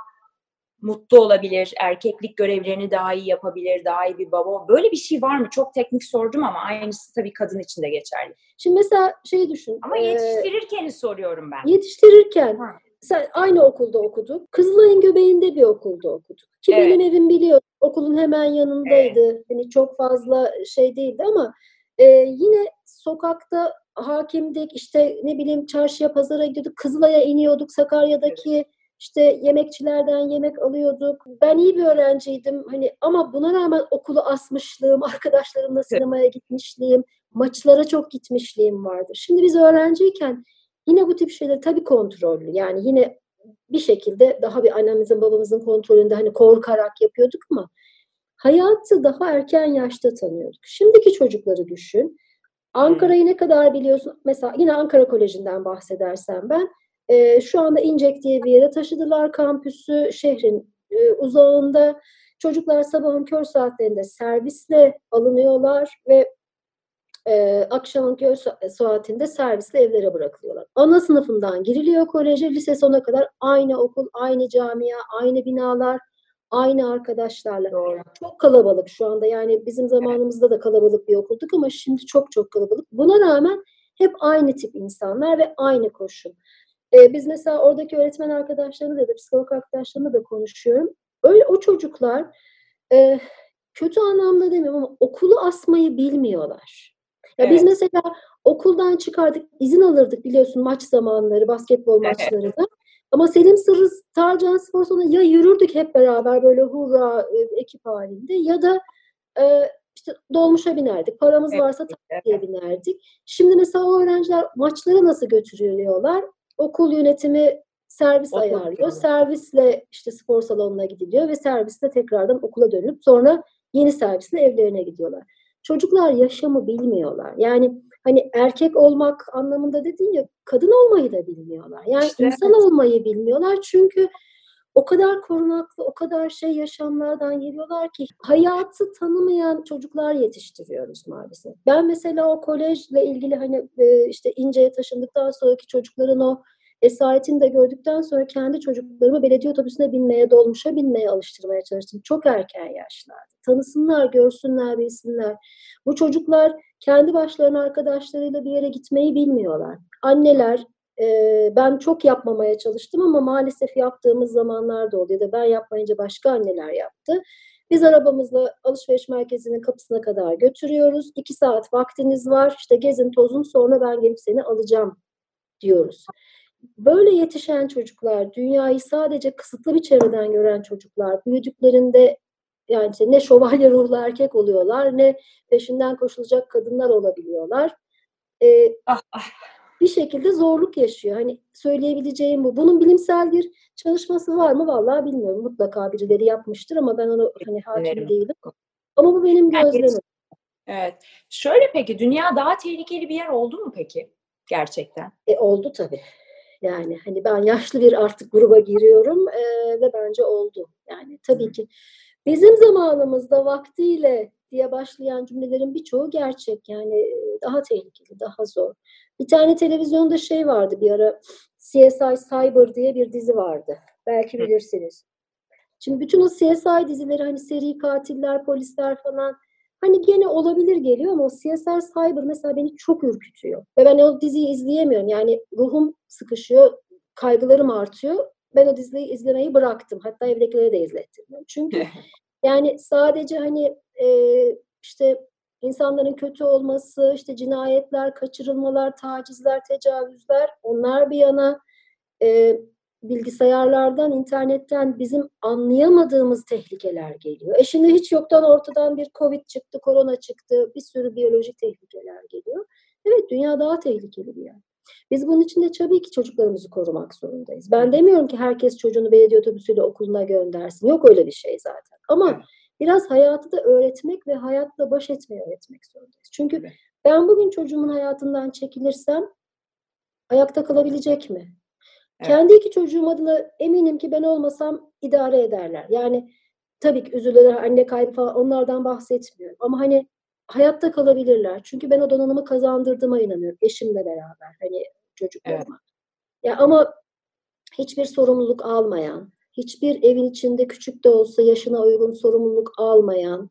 mutlu olabilir, erkeklik görevlerini daha iyi yapabilir, daha iyi bir baba. Böyle bir şey var mı? Çok teknik sordum ama aynısı tabii kadın için de geçerli. Şimdi mesela şey düşün. Ama yetiştirirken e, soruyorum ben. Yetiştirirken ha. Sen aynı okulda okuduk. Kızılay'ın göbeğinde bir okulda okuduk. Ki evet. Benim evim biliyor. Okulun hemen yanındaydı. Evet. Hani çok fazla şey değildi ama e, yine sokakta hakimdik. İşte ne bileyim çarşıya, pazara gidiyorduk. Kızılay'a iniyorduk. Sakarya'daki evet. İşte yemekçilerden yemek alıyorduk. Ben iyi bir öğrenciydim. Hani ama buna rağmen okulu asmışlığım, arkadaşlarımla sinemaya gitmişliğim, maçlara çok gitmişliğim vardır. Şimdi biz öğrenciyken yine bu tip şeyler tabii kontrollü. Yani yine bir şekilde daha bir annemizin babamızın kontrolünde hani korkarak yapıyorduk ama hayatı daha erken yaşta tanıyorduk. Şimdiki çocukları düşün. Ankara'yı ne kadar biliyorsun? Mesela yine Ankara Koleji'nden bahsedersem ben, e, şu anda İncek diye bir yere taşıdılar kampüsü, şehrin e, uzağında. Çocuklar sabahın kör saatlerinde servisle alınıyorlar ve e, akşamın kör saatinde servisle evlere bırakılıyorlar. Ana sınıfından giriliyor koleje, lise sonuna kadar aynı okul, aynı camia, aynı binalar, aynı arkadaşlarla. Doğru. Çok kalabalık şu anda. Yani bizim zamanımızda da kalabalık bir okulduk ama şimdi çok çok kalabalık. Buna rağmen hep aynı tip insanlar ve aynı koşul. Ee, biz mesela oradaki öğretmen arkadaşlarımla ya da psikolog arkadaşlarımla da konuşuyorum. Öyle o çocuklar e, kötü anlamda demiyorum ama okulu asmayı bilmiyorlar. Ya Evet. Biz mesela okuldan çıkardık, izin alırdık biliyorsun maç zamanları, basketbol maçları da. Ama Selim Sırrı Tarcan Spor Salonu'na ya yürürdük hep beraber böyle hurra e, ekip halinde ya da e, işte dolmuşa binerdik. Paramız Evet, varsa evet. taksiye binerdik. Şimdi mesela o öğrenciler maçlara nasıl götürülüyorlar? Okul yönetimi servis Okul ayarlıyor. yönetimi. Servisle işte spor salonuna gidiliyor ve servisle tekrardan okula dönüp sonra yeni servisle evlerine gidiyorlar. Çocuklar yaşamı bilmiyorlar. Yani hani erkek olmak anlamında dediğin ya kadın olmayı da bilmiyorlar. Yani İşte insan evet. olmayı bilmiyorlar çünkü o kadar korunaklı, o kadar şey yaşamlardan geliyorlar ki hayatı tanımayan çocuklar yetiştiriyoruz maalesef. Ben mesela o kolejle ilgili hani e, işte İnce'ye taşındıktan sonraki çocukların o esaretini de gördükten sonra kendi çocuklarımı belediye otobüsüne binmeye, dolmuşa binmeye alıştırmaya çalıştım. Çok erken yaşlarda. Tanısınlar, görsünler, bilsinler. Bu çocuklar kendi başlarına arkadaşlarıyla bir yere gitmeyi bilmiyorlar. Anneler, e, ben çok yapmamaya çalıştım ama maalesef yaptığımız zamanlar da oldu ya da ben yapmayınca başka anneler yaptı. Biz arabamızla alışveriş merkezinin kapısına kadar götürüyoruz. İki saat vaktiniz var. İşte gezin tozun sonra ben gelip seni alacağım diyoruz. Böyle yetişen çocuklar, dünyayı sadece kısıtlı bir çevreden gören çocuklar, büyüdüklerinde yani işte ne şövalye ruhlu erkek oluyorlar, ne peşinden koşulacak kadınlar olabiliyorlar. Ee, Ah, ah. bir şekilde zorluk yaşıyor. Hani söyleyebileceğim bu. Bunun bilimsel bir çalışması var mı? Vallahi bilmiyorum. Mutlaka birileri yapmıştır ama ben onu hani hakim değilim. Ama bu benim gözlemim. Evet. Şöyle peki dünya daha tehlikeli bir yer oldu mu peki? Gerçekten. E, oldu tabii. Yani hani ben yaşlı bir artık gruba giriyorum e, ve bence oldu. Yani tabii ki bizim zamanımızda vaktiyle diye başlayan cümlelerin birçoğu gerçek. Yani daha tehlikeli, daha zor. Bir tane televizyonda şey vardı bir ara, C S I Cyber diye bir dizi vardı. Belki bilirsiniz. Şimdi bütün o C S I dizileri hani seri katiller, polisler falan hani gene olabilir geliyor ama o C S I Cyber mesela beni çok ürkütüyor. Ve ben o diziyi izleyemiyorum. Yani ruhum sıkışıyor, kaygılarım artıyor. Ben o diziyi izlemeyi bıraktım. Hatta evdekilere de izlettirmiyorum. Çünkü yani sadece hani e, işte insanların kötü olması, işte cinayetler, kaçırılmalar, tacizler, tecavüzler onlar bir yana e, bilgisayarlardan, internetten bizim anlayamadığımız tehlikeler geliyor. E şimdi hiç yoktan ortadan bir Covid çıktı, korona çıktı, bir sürü biyolojik tehlikeler geliyor. Evet, dünya daha tehlikeli bir yer. Biz bunun için de tabii ki çocuklarımızı korumak zorundayız. Ben demiyorum ki herkes çocuğunu belediye otobüsüyle okuluna göndersin. Yok öyle bir şey zaten. Ama biraz hayatı da öğretmek ve hayatla baş etmeyi öğretmek zorundayız. Çünkü ben bugün çocuğumun hayatından çekilirsem ayakta kalabilecek mi? Evet. Kendi iki çocuğum adına eminim ki ben olmasam idare ederler. Yani tabii ki üzülürler, anne kaybı falan onlardan bahsetmiyorum. Ama hani hayatta kalabilirler. Çünkü ben o donanımı kazandırdığıma inanıyorum. Eşimle beraber hani çocuklarıma. Evet. Ya ama hiçbir sorumluluk almayan, hiçbir evin içinde küçük de olsa yaşına uygun sorumluluk almayan,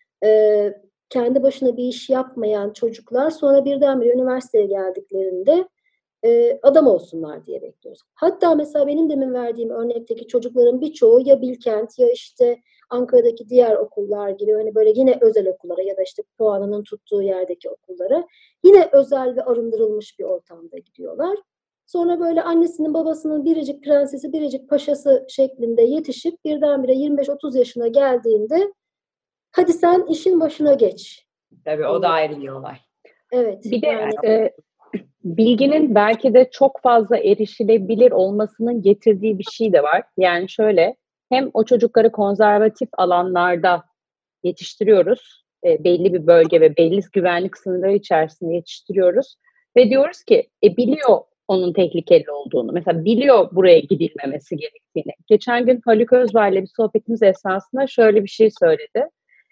e, kendi başına bir iş yapmayan çocuklar sonra birdenbire üniversiteye geldiklerinde e, adam olsunlar diye bekliyoruz. Hatta mesela benim demin verdiğim örnekteki çocukların birçoğu ya Bilkent ya işte Ankara'daki diğer okullar gibi hani böyle yine özel okullara ya da işte puanının tuttuğu yerdeki okullara yine özel ve arındırılmış bir ortamda gidiyorlar. Sonra böyle annesinin babasının biricik prensesi, biricik paşası şeklinde yetişip birdenbire yirmi beş otuz yaşına geldiğinde hadi sen işin başına geç. Tabii o da ayrı bir olay. Evet. Bir de yani, e, bilginin belki de çok fazla erişilebilir olmasının getirdiği bir şey de var. Yani şöyle hem o çocukları konservatif alanlarda yetiştiriyoruz. e, belli bir bölge ve belli güvenlik sınırları içerisinde yetiştiriyoruz. Ve diyoruz ki e, biliyor onun tehlikeli olduğunu. Mesela biliyor buraya gidilmemesi gerektiğini. Geçen gün Haluk Özbay ile bir sohbetimiz esnasında şöyle bir şey söyledi.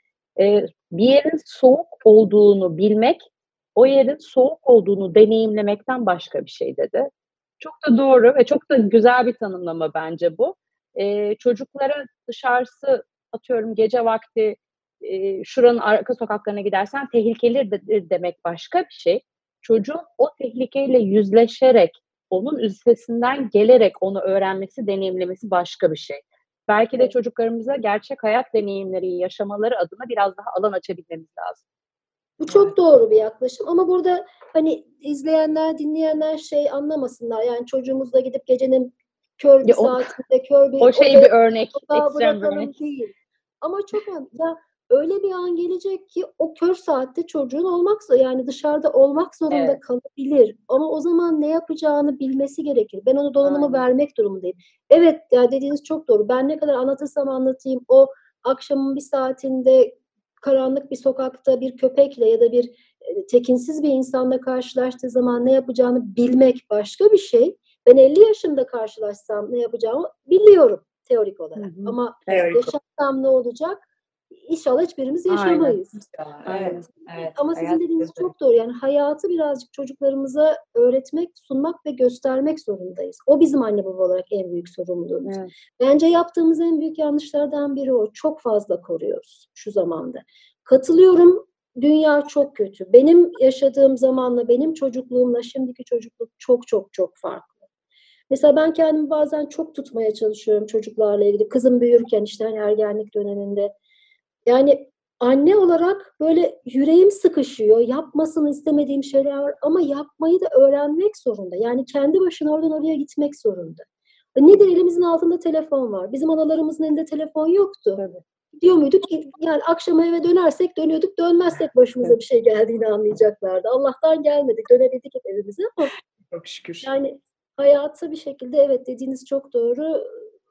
E, bir yerin soğuk olduğunu bilmek, o yerin soğuk olduğunu deneyimlemekten başka bir şey dedi. Çok da doğru ve çok da güzel bir tanımlama bence bu. E, çocuklara dışarısı, atıyorum gece vakti e, şuranın arka sokaklarına gidersen tehlikelidir demek başka bir şey. Çocuğun o tehlikeyle yüzleşerek, onun üstesinden gelerek onu öğrenmesi, deneyimlemesi başka bir şey. Belki de çocuklarımıza gerçek hayat deneyimleri yaşamaları adına biraz daha alan açabilmemiz lazım. Bu çok doğru bir yaklaşım ama burada hani izleyenler, dinleyenler şey anlamasınlar. Yani çocuğumuzla gidip gecenin kör bir Ya o, saatinde kör bir o şey odaya bir örnek, ekstrem bir bırakalım örnek. değil. Ama çok ya öyle bir an gelecek ki o kör saatte çocuğun olmak yani dışarıda olmak zorunda Evet. kalabilir. Ama o zaman ne yapacağını bilmesi gerekir. Ben onu donanımı Aynen. vermek durumundayım. Evet ya dediğiniz çok doğru. Ben ne kadar anlatırsam anlatayım o akşamın bir saatinde karanlık bir sokakta bir köpekle ya da bir e, tekinsiz bir insanla karşılaştığı zaman ne yapacağını bilmek başka bir şey. Ben elli yaşında karşılaşsam ne yapacağımı biliyorum teorik olarak. Hı hı. Ama teorik. Yaşarsam ne olacak? İnşallah hiçbirimiz yaşamayız. Aynen. Evet, evet. Ama sizin dediğiniz çok doğru. Yani hayatı birazcık çocuklarımıza öğretmek, sunmak ve göstermek zorundayız. O bizim anne baba olarak en büyük sorumluluğumuz. Evet. Bence yaptığımız en büyük yanlışlardan biri o. Çok fazla koruyoruz şu zamanda. Katılıyorum. Dünya çok kötü. Benim yaşadığım zamanla, benim çocukluğumla şimdiki çocukluk çok çok çok farklı. Mesela ben kendimi bazen çok tutmaya çalışıyorum çocuklarla ilgili. Kızım büyürken işte hani ergenlik döneminde. Yani anne olarak böyle yüreğim sıkışıyor. Yapmasını istemediğim şeyler var ama yapmayı da öğrenmek zorunda. Yani kendi başına oradan oraya gitmek zorunda. Nedir? Elimizin altında telefon var. Bizim analarımızın elinde telefon yoktu. Evet. Diyor muyduk? Yani akşam eve dönersek dönüyorduk. Dönmezsek başımıza bir şey geldiğini anlayacaklardı. Allah'tan gelmedik. Dönebildik hep evimize ama çok şükür. Yani hayatı bir şekilde evet dediğiniz çok doğru.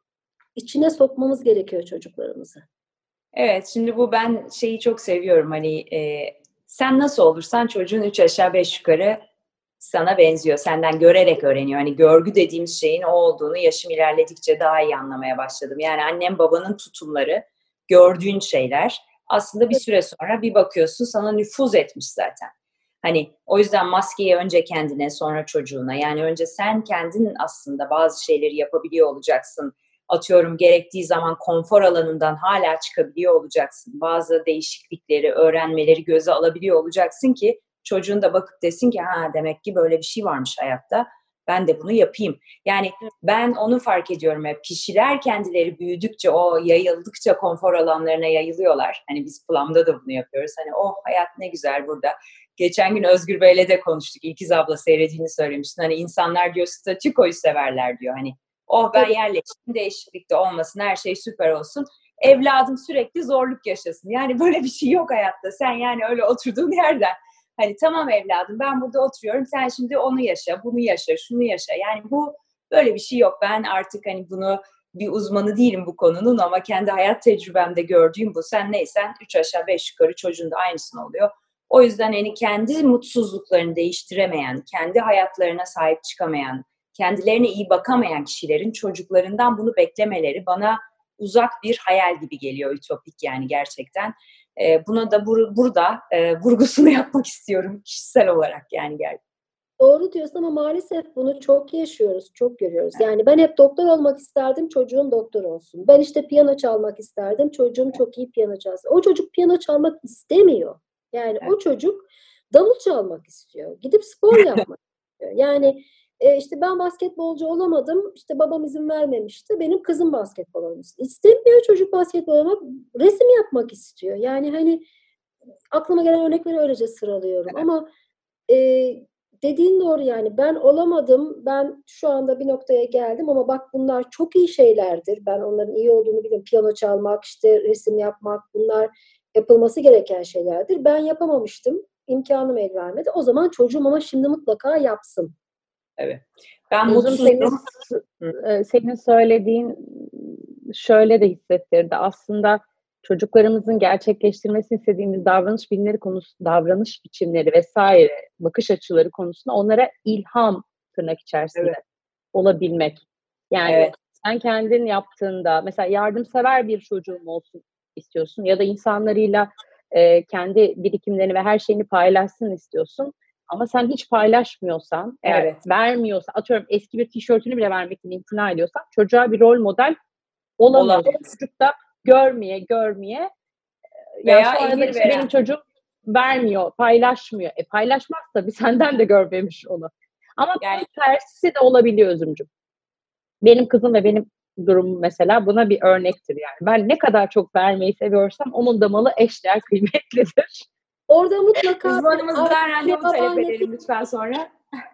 İçine sokmamız gerekiyor çocuklarımızı. Evet, şimdi bu ben şeyi çok seviyorum hani e, sen nasıl olursan çocuğun üç aşağı beş yukarı sana benziyor. Senden görerek öğreniyor. Hani görgü dediğimiz şeyin o olduğunu yaşım ilerledikçe daha iyi anlamaya başladım. Yani annem babanın tutumları, gördüğün şeyler aslında bir süre sonra bir bakıyorsun sana nüfuz etmiş zaten. Hani o yüzden maskeyi önce kendine sonra çocuğuna. Yani önce sen kendin aslında bazı şeyleri yapabiliyor olacaksın. Atıyorum gerektiği zaman konfor alanından hala çıkabiliyor olacaksın. Bazı değişiklikleri, öğrenmeleri göze alabiliyor olacaksın ki çocuğun da bakıp desin ki ha demek ki böyle bir şey varmış hayatta. Ben de bunu yapayım. Yani ben onu fark ediyorum hep. Kişiler kendileri büyüdükçe, o yayıldıkça konfor alanlarına yayılıyorlar. Hani biz Plum'da da bunu yapıyoruz. Hani oh hayat ne güzel burada. Geçen gün Özgür Bey'le de konuştuk. İlkiz abla seyrettiğini söylemiştin. Hani insanlar diyor statükoyu severler diyor. Hani oh ben yerleştim, değişiklik de olmasın, her şey süper olsun. Evladım sürekli zorluk yaşasın. Yani böyle bir şey yok hayatta. Sen yani öyle oturduğun yerden hani tamam evladım ben burada oturuyorum. Sen şimdi onu yaşa, bunu yaşa, şunu yaşa. Yani bu böyle bir şey yok. Ben artık hani bunu bir uzmanı değilim bu konunun ama kendi hayat tecrübemde gördüğüm bu. Sen neysen üç aşağı beş yukarı çocuğun da aynısını oluyor. O yüzden hani kendi mutsuzluklarını değiştiremeyen, kendi hayatlarına sahip çıkamayan, kendilerine iyi bakamayan kişilerin çocuklarından bunu beklemeleri bana uzak bir hayal gibi geliyor, ütopik yani gerçekten. Ee, buna da bur- burada e, vurgusunu yapmak istiyorum kişisel olarak yani gerçekten. Doğru diyorsun ama maalesef bunu çok yaşıyoruz, çok görüyoruz. Yani ben hep doktor olmak isterdim, çocuğum doktor olsun. Ben işte piyano çalmak isterdim, çocuğum çok iyi piyano çalsın. O çocuk piyano çalmak istemiyor. Yani evet. O çocuk davul çalmak istiyor, gidip spor yapmak istiyor. Yani e, işte ben basketbolcu olamadım, işte babam izin vermemişti, benim kızım basketbol oynamıştı. İstemiyor çocuk basketbol oynamak, resim yapmak istiyor. Yani hani aklıma gelen örnekleri öylece sıralıyorum evet. Ama e, dediğin doğru yani ben olamadım, ben şu anda bir noktaya geldim ama bak bunlar çok iyi şeylerdir. Ben onların iyi olduğunu biliyorum. Piyano çalmak, işte resim yapmak bunlar yapılması gereken şeylerdir. Ben yapamamıştım, imkanım el vermedi. O zaman çocuğum ama şimdi mutlaka yapsın. Evet. Ben Uzun mutsuzum. Senin, senin söylediğin şöyle de hissettirdi. Aslında çocuklarımızın gerçekleştirmesini istediğimiz davranış bilimleri konusu, davranış biçimleri vesaire, bakış açıları konusunda onlara ilham tırnak içerisinde Evet. olabilmek. Yani Evet. sen kendin yaptığında mesela yardımsever bir çocuğun olsun istiyorsun ya da insanlarıyla e, kendi birikimlerini ve her şeyini paylaşsın istiyorsun. Ama sen hiç paylaşmıyorsan, eğer Evet. vermiyorsan, atıyorum eski bir tişörtünü bile vermekten imtina ediyorsan çocuğa bir rol model olamıyorsun. Olamaz. Çocuk da görmeye görmeye yani Veya sonra da emir işte veren. benim çocuğum vermiyor, paylaşmıyor. E paylaşmaz tabii, senden de görmemiş onu. Ama Yani tam tersi de olabiliyor Özümcüm. Benim kızım ve benim durumum mesela buna bir örnektir yani. Ben ne kadar çok vermeyi seviyorsam onun da malı eşdeğer kıymetlidir. Orada mutlaka uzmanımızdan randevu talep bahane edelim lütfen sonra.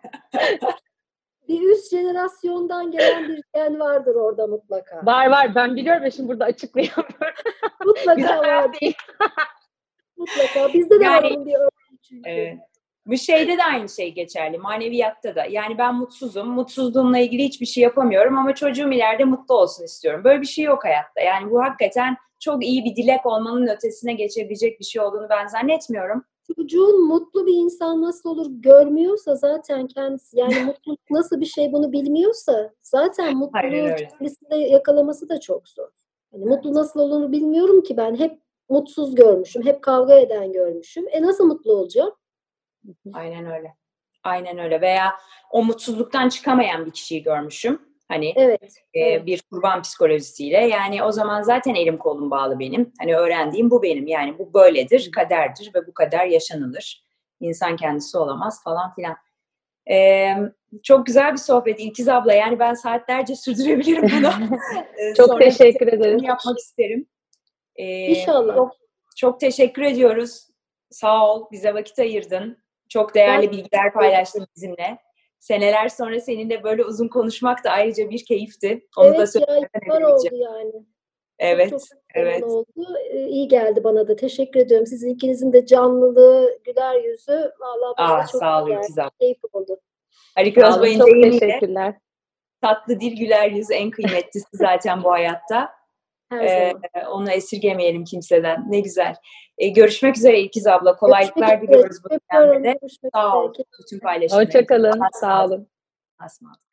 bir üst jenerasyondan gelen bir gen vardır orada mutlaka. Var var, ben biliyorum ya, şimdi burada açıklayamıyorum. Mutlaka var. Değil. Mutlaka. Bizde de Yani, var onun bir örneği çünkü. Evet. Bu şeyde de aynı şey geçerli. Maneviyatta da. Yani ben mutsuzum. Mutsuzluğumla ilgili hiçbir şey yapamıyorum ama çocuğum ileride mutlu olsun istiyorum. Böyle bir şey yok hayatta. Yani bu hakikaten çok iyi bir dilek olmanın ötesine geçebilecek bir şey olduğunu ben zannetmiyorum. Çocuğun mutlu bir insan nasıl olur görmüyorsa zaten kendisi, yani mutluluk nasıl bir şey bunu bilmiyorsa zaten mutluluğu kendisinde yakalaması da çok zor. Yani mutlu nasıl olur bilmiyorum ki, ben hep mutsuz görmüşüm, hep kavga eden görmüşüm. E nasıl mutlu olacağım? Aynen öyle. Aynen öyle. Veya o mutsuzluktan çıkamayan bir kişiyi görmüşüm. Hani evet, e, evet. bir kurban psikolojisiyle. Yani o zaman zaten elim kolum bağlı benim. Hani öğrendiğim bu benim. Yani bu böyledir, kaderdir ve bu kader yaşanılır. İnsan kendisi olamaz falan filan. Ee, çok güzel bir sohbet İlkiz abla. Yani ben saatlerce sürdürebilirim bunu. Ee, çok teşekkür ederim. Yapmak isterim. Ee, İnşallah. Çok, çok teşekkür ediyoruz. Sağ ol. Bize vakit ayırdın. Çok değerli ben bilgiler paylaştın bizimle. Seneler sonra seninle böyle uzun konuşmak da ayrıca bir keyifti. Onu evet da ya, yıllar oldu yani. Evet, çok, çok evet. oldu. Ee, iyi geldi bana da. Teşekkür ediyorum. Sizin ikinizin de canlılığı, güler yüzü. Vallahi bana Aa, da çok sağ ol, güzel. Keyif oldu. Ali Közbay'ın çok teşekkürler. Tatlı dil, güler yüz en kıymetlisi zaten bu hayatta. Her ee, zaman. Onu esirgemeyelim kimseden. Ne güzel. Ee, görüşmek üzere İlkiz abla. Kolaylıklar diliyoruz bu dönemde. Sağ ol. Bütün paylaşımlar. Hoşçakalın. Sağ olun. Asma.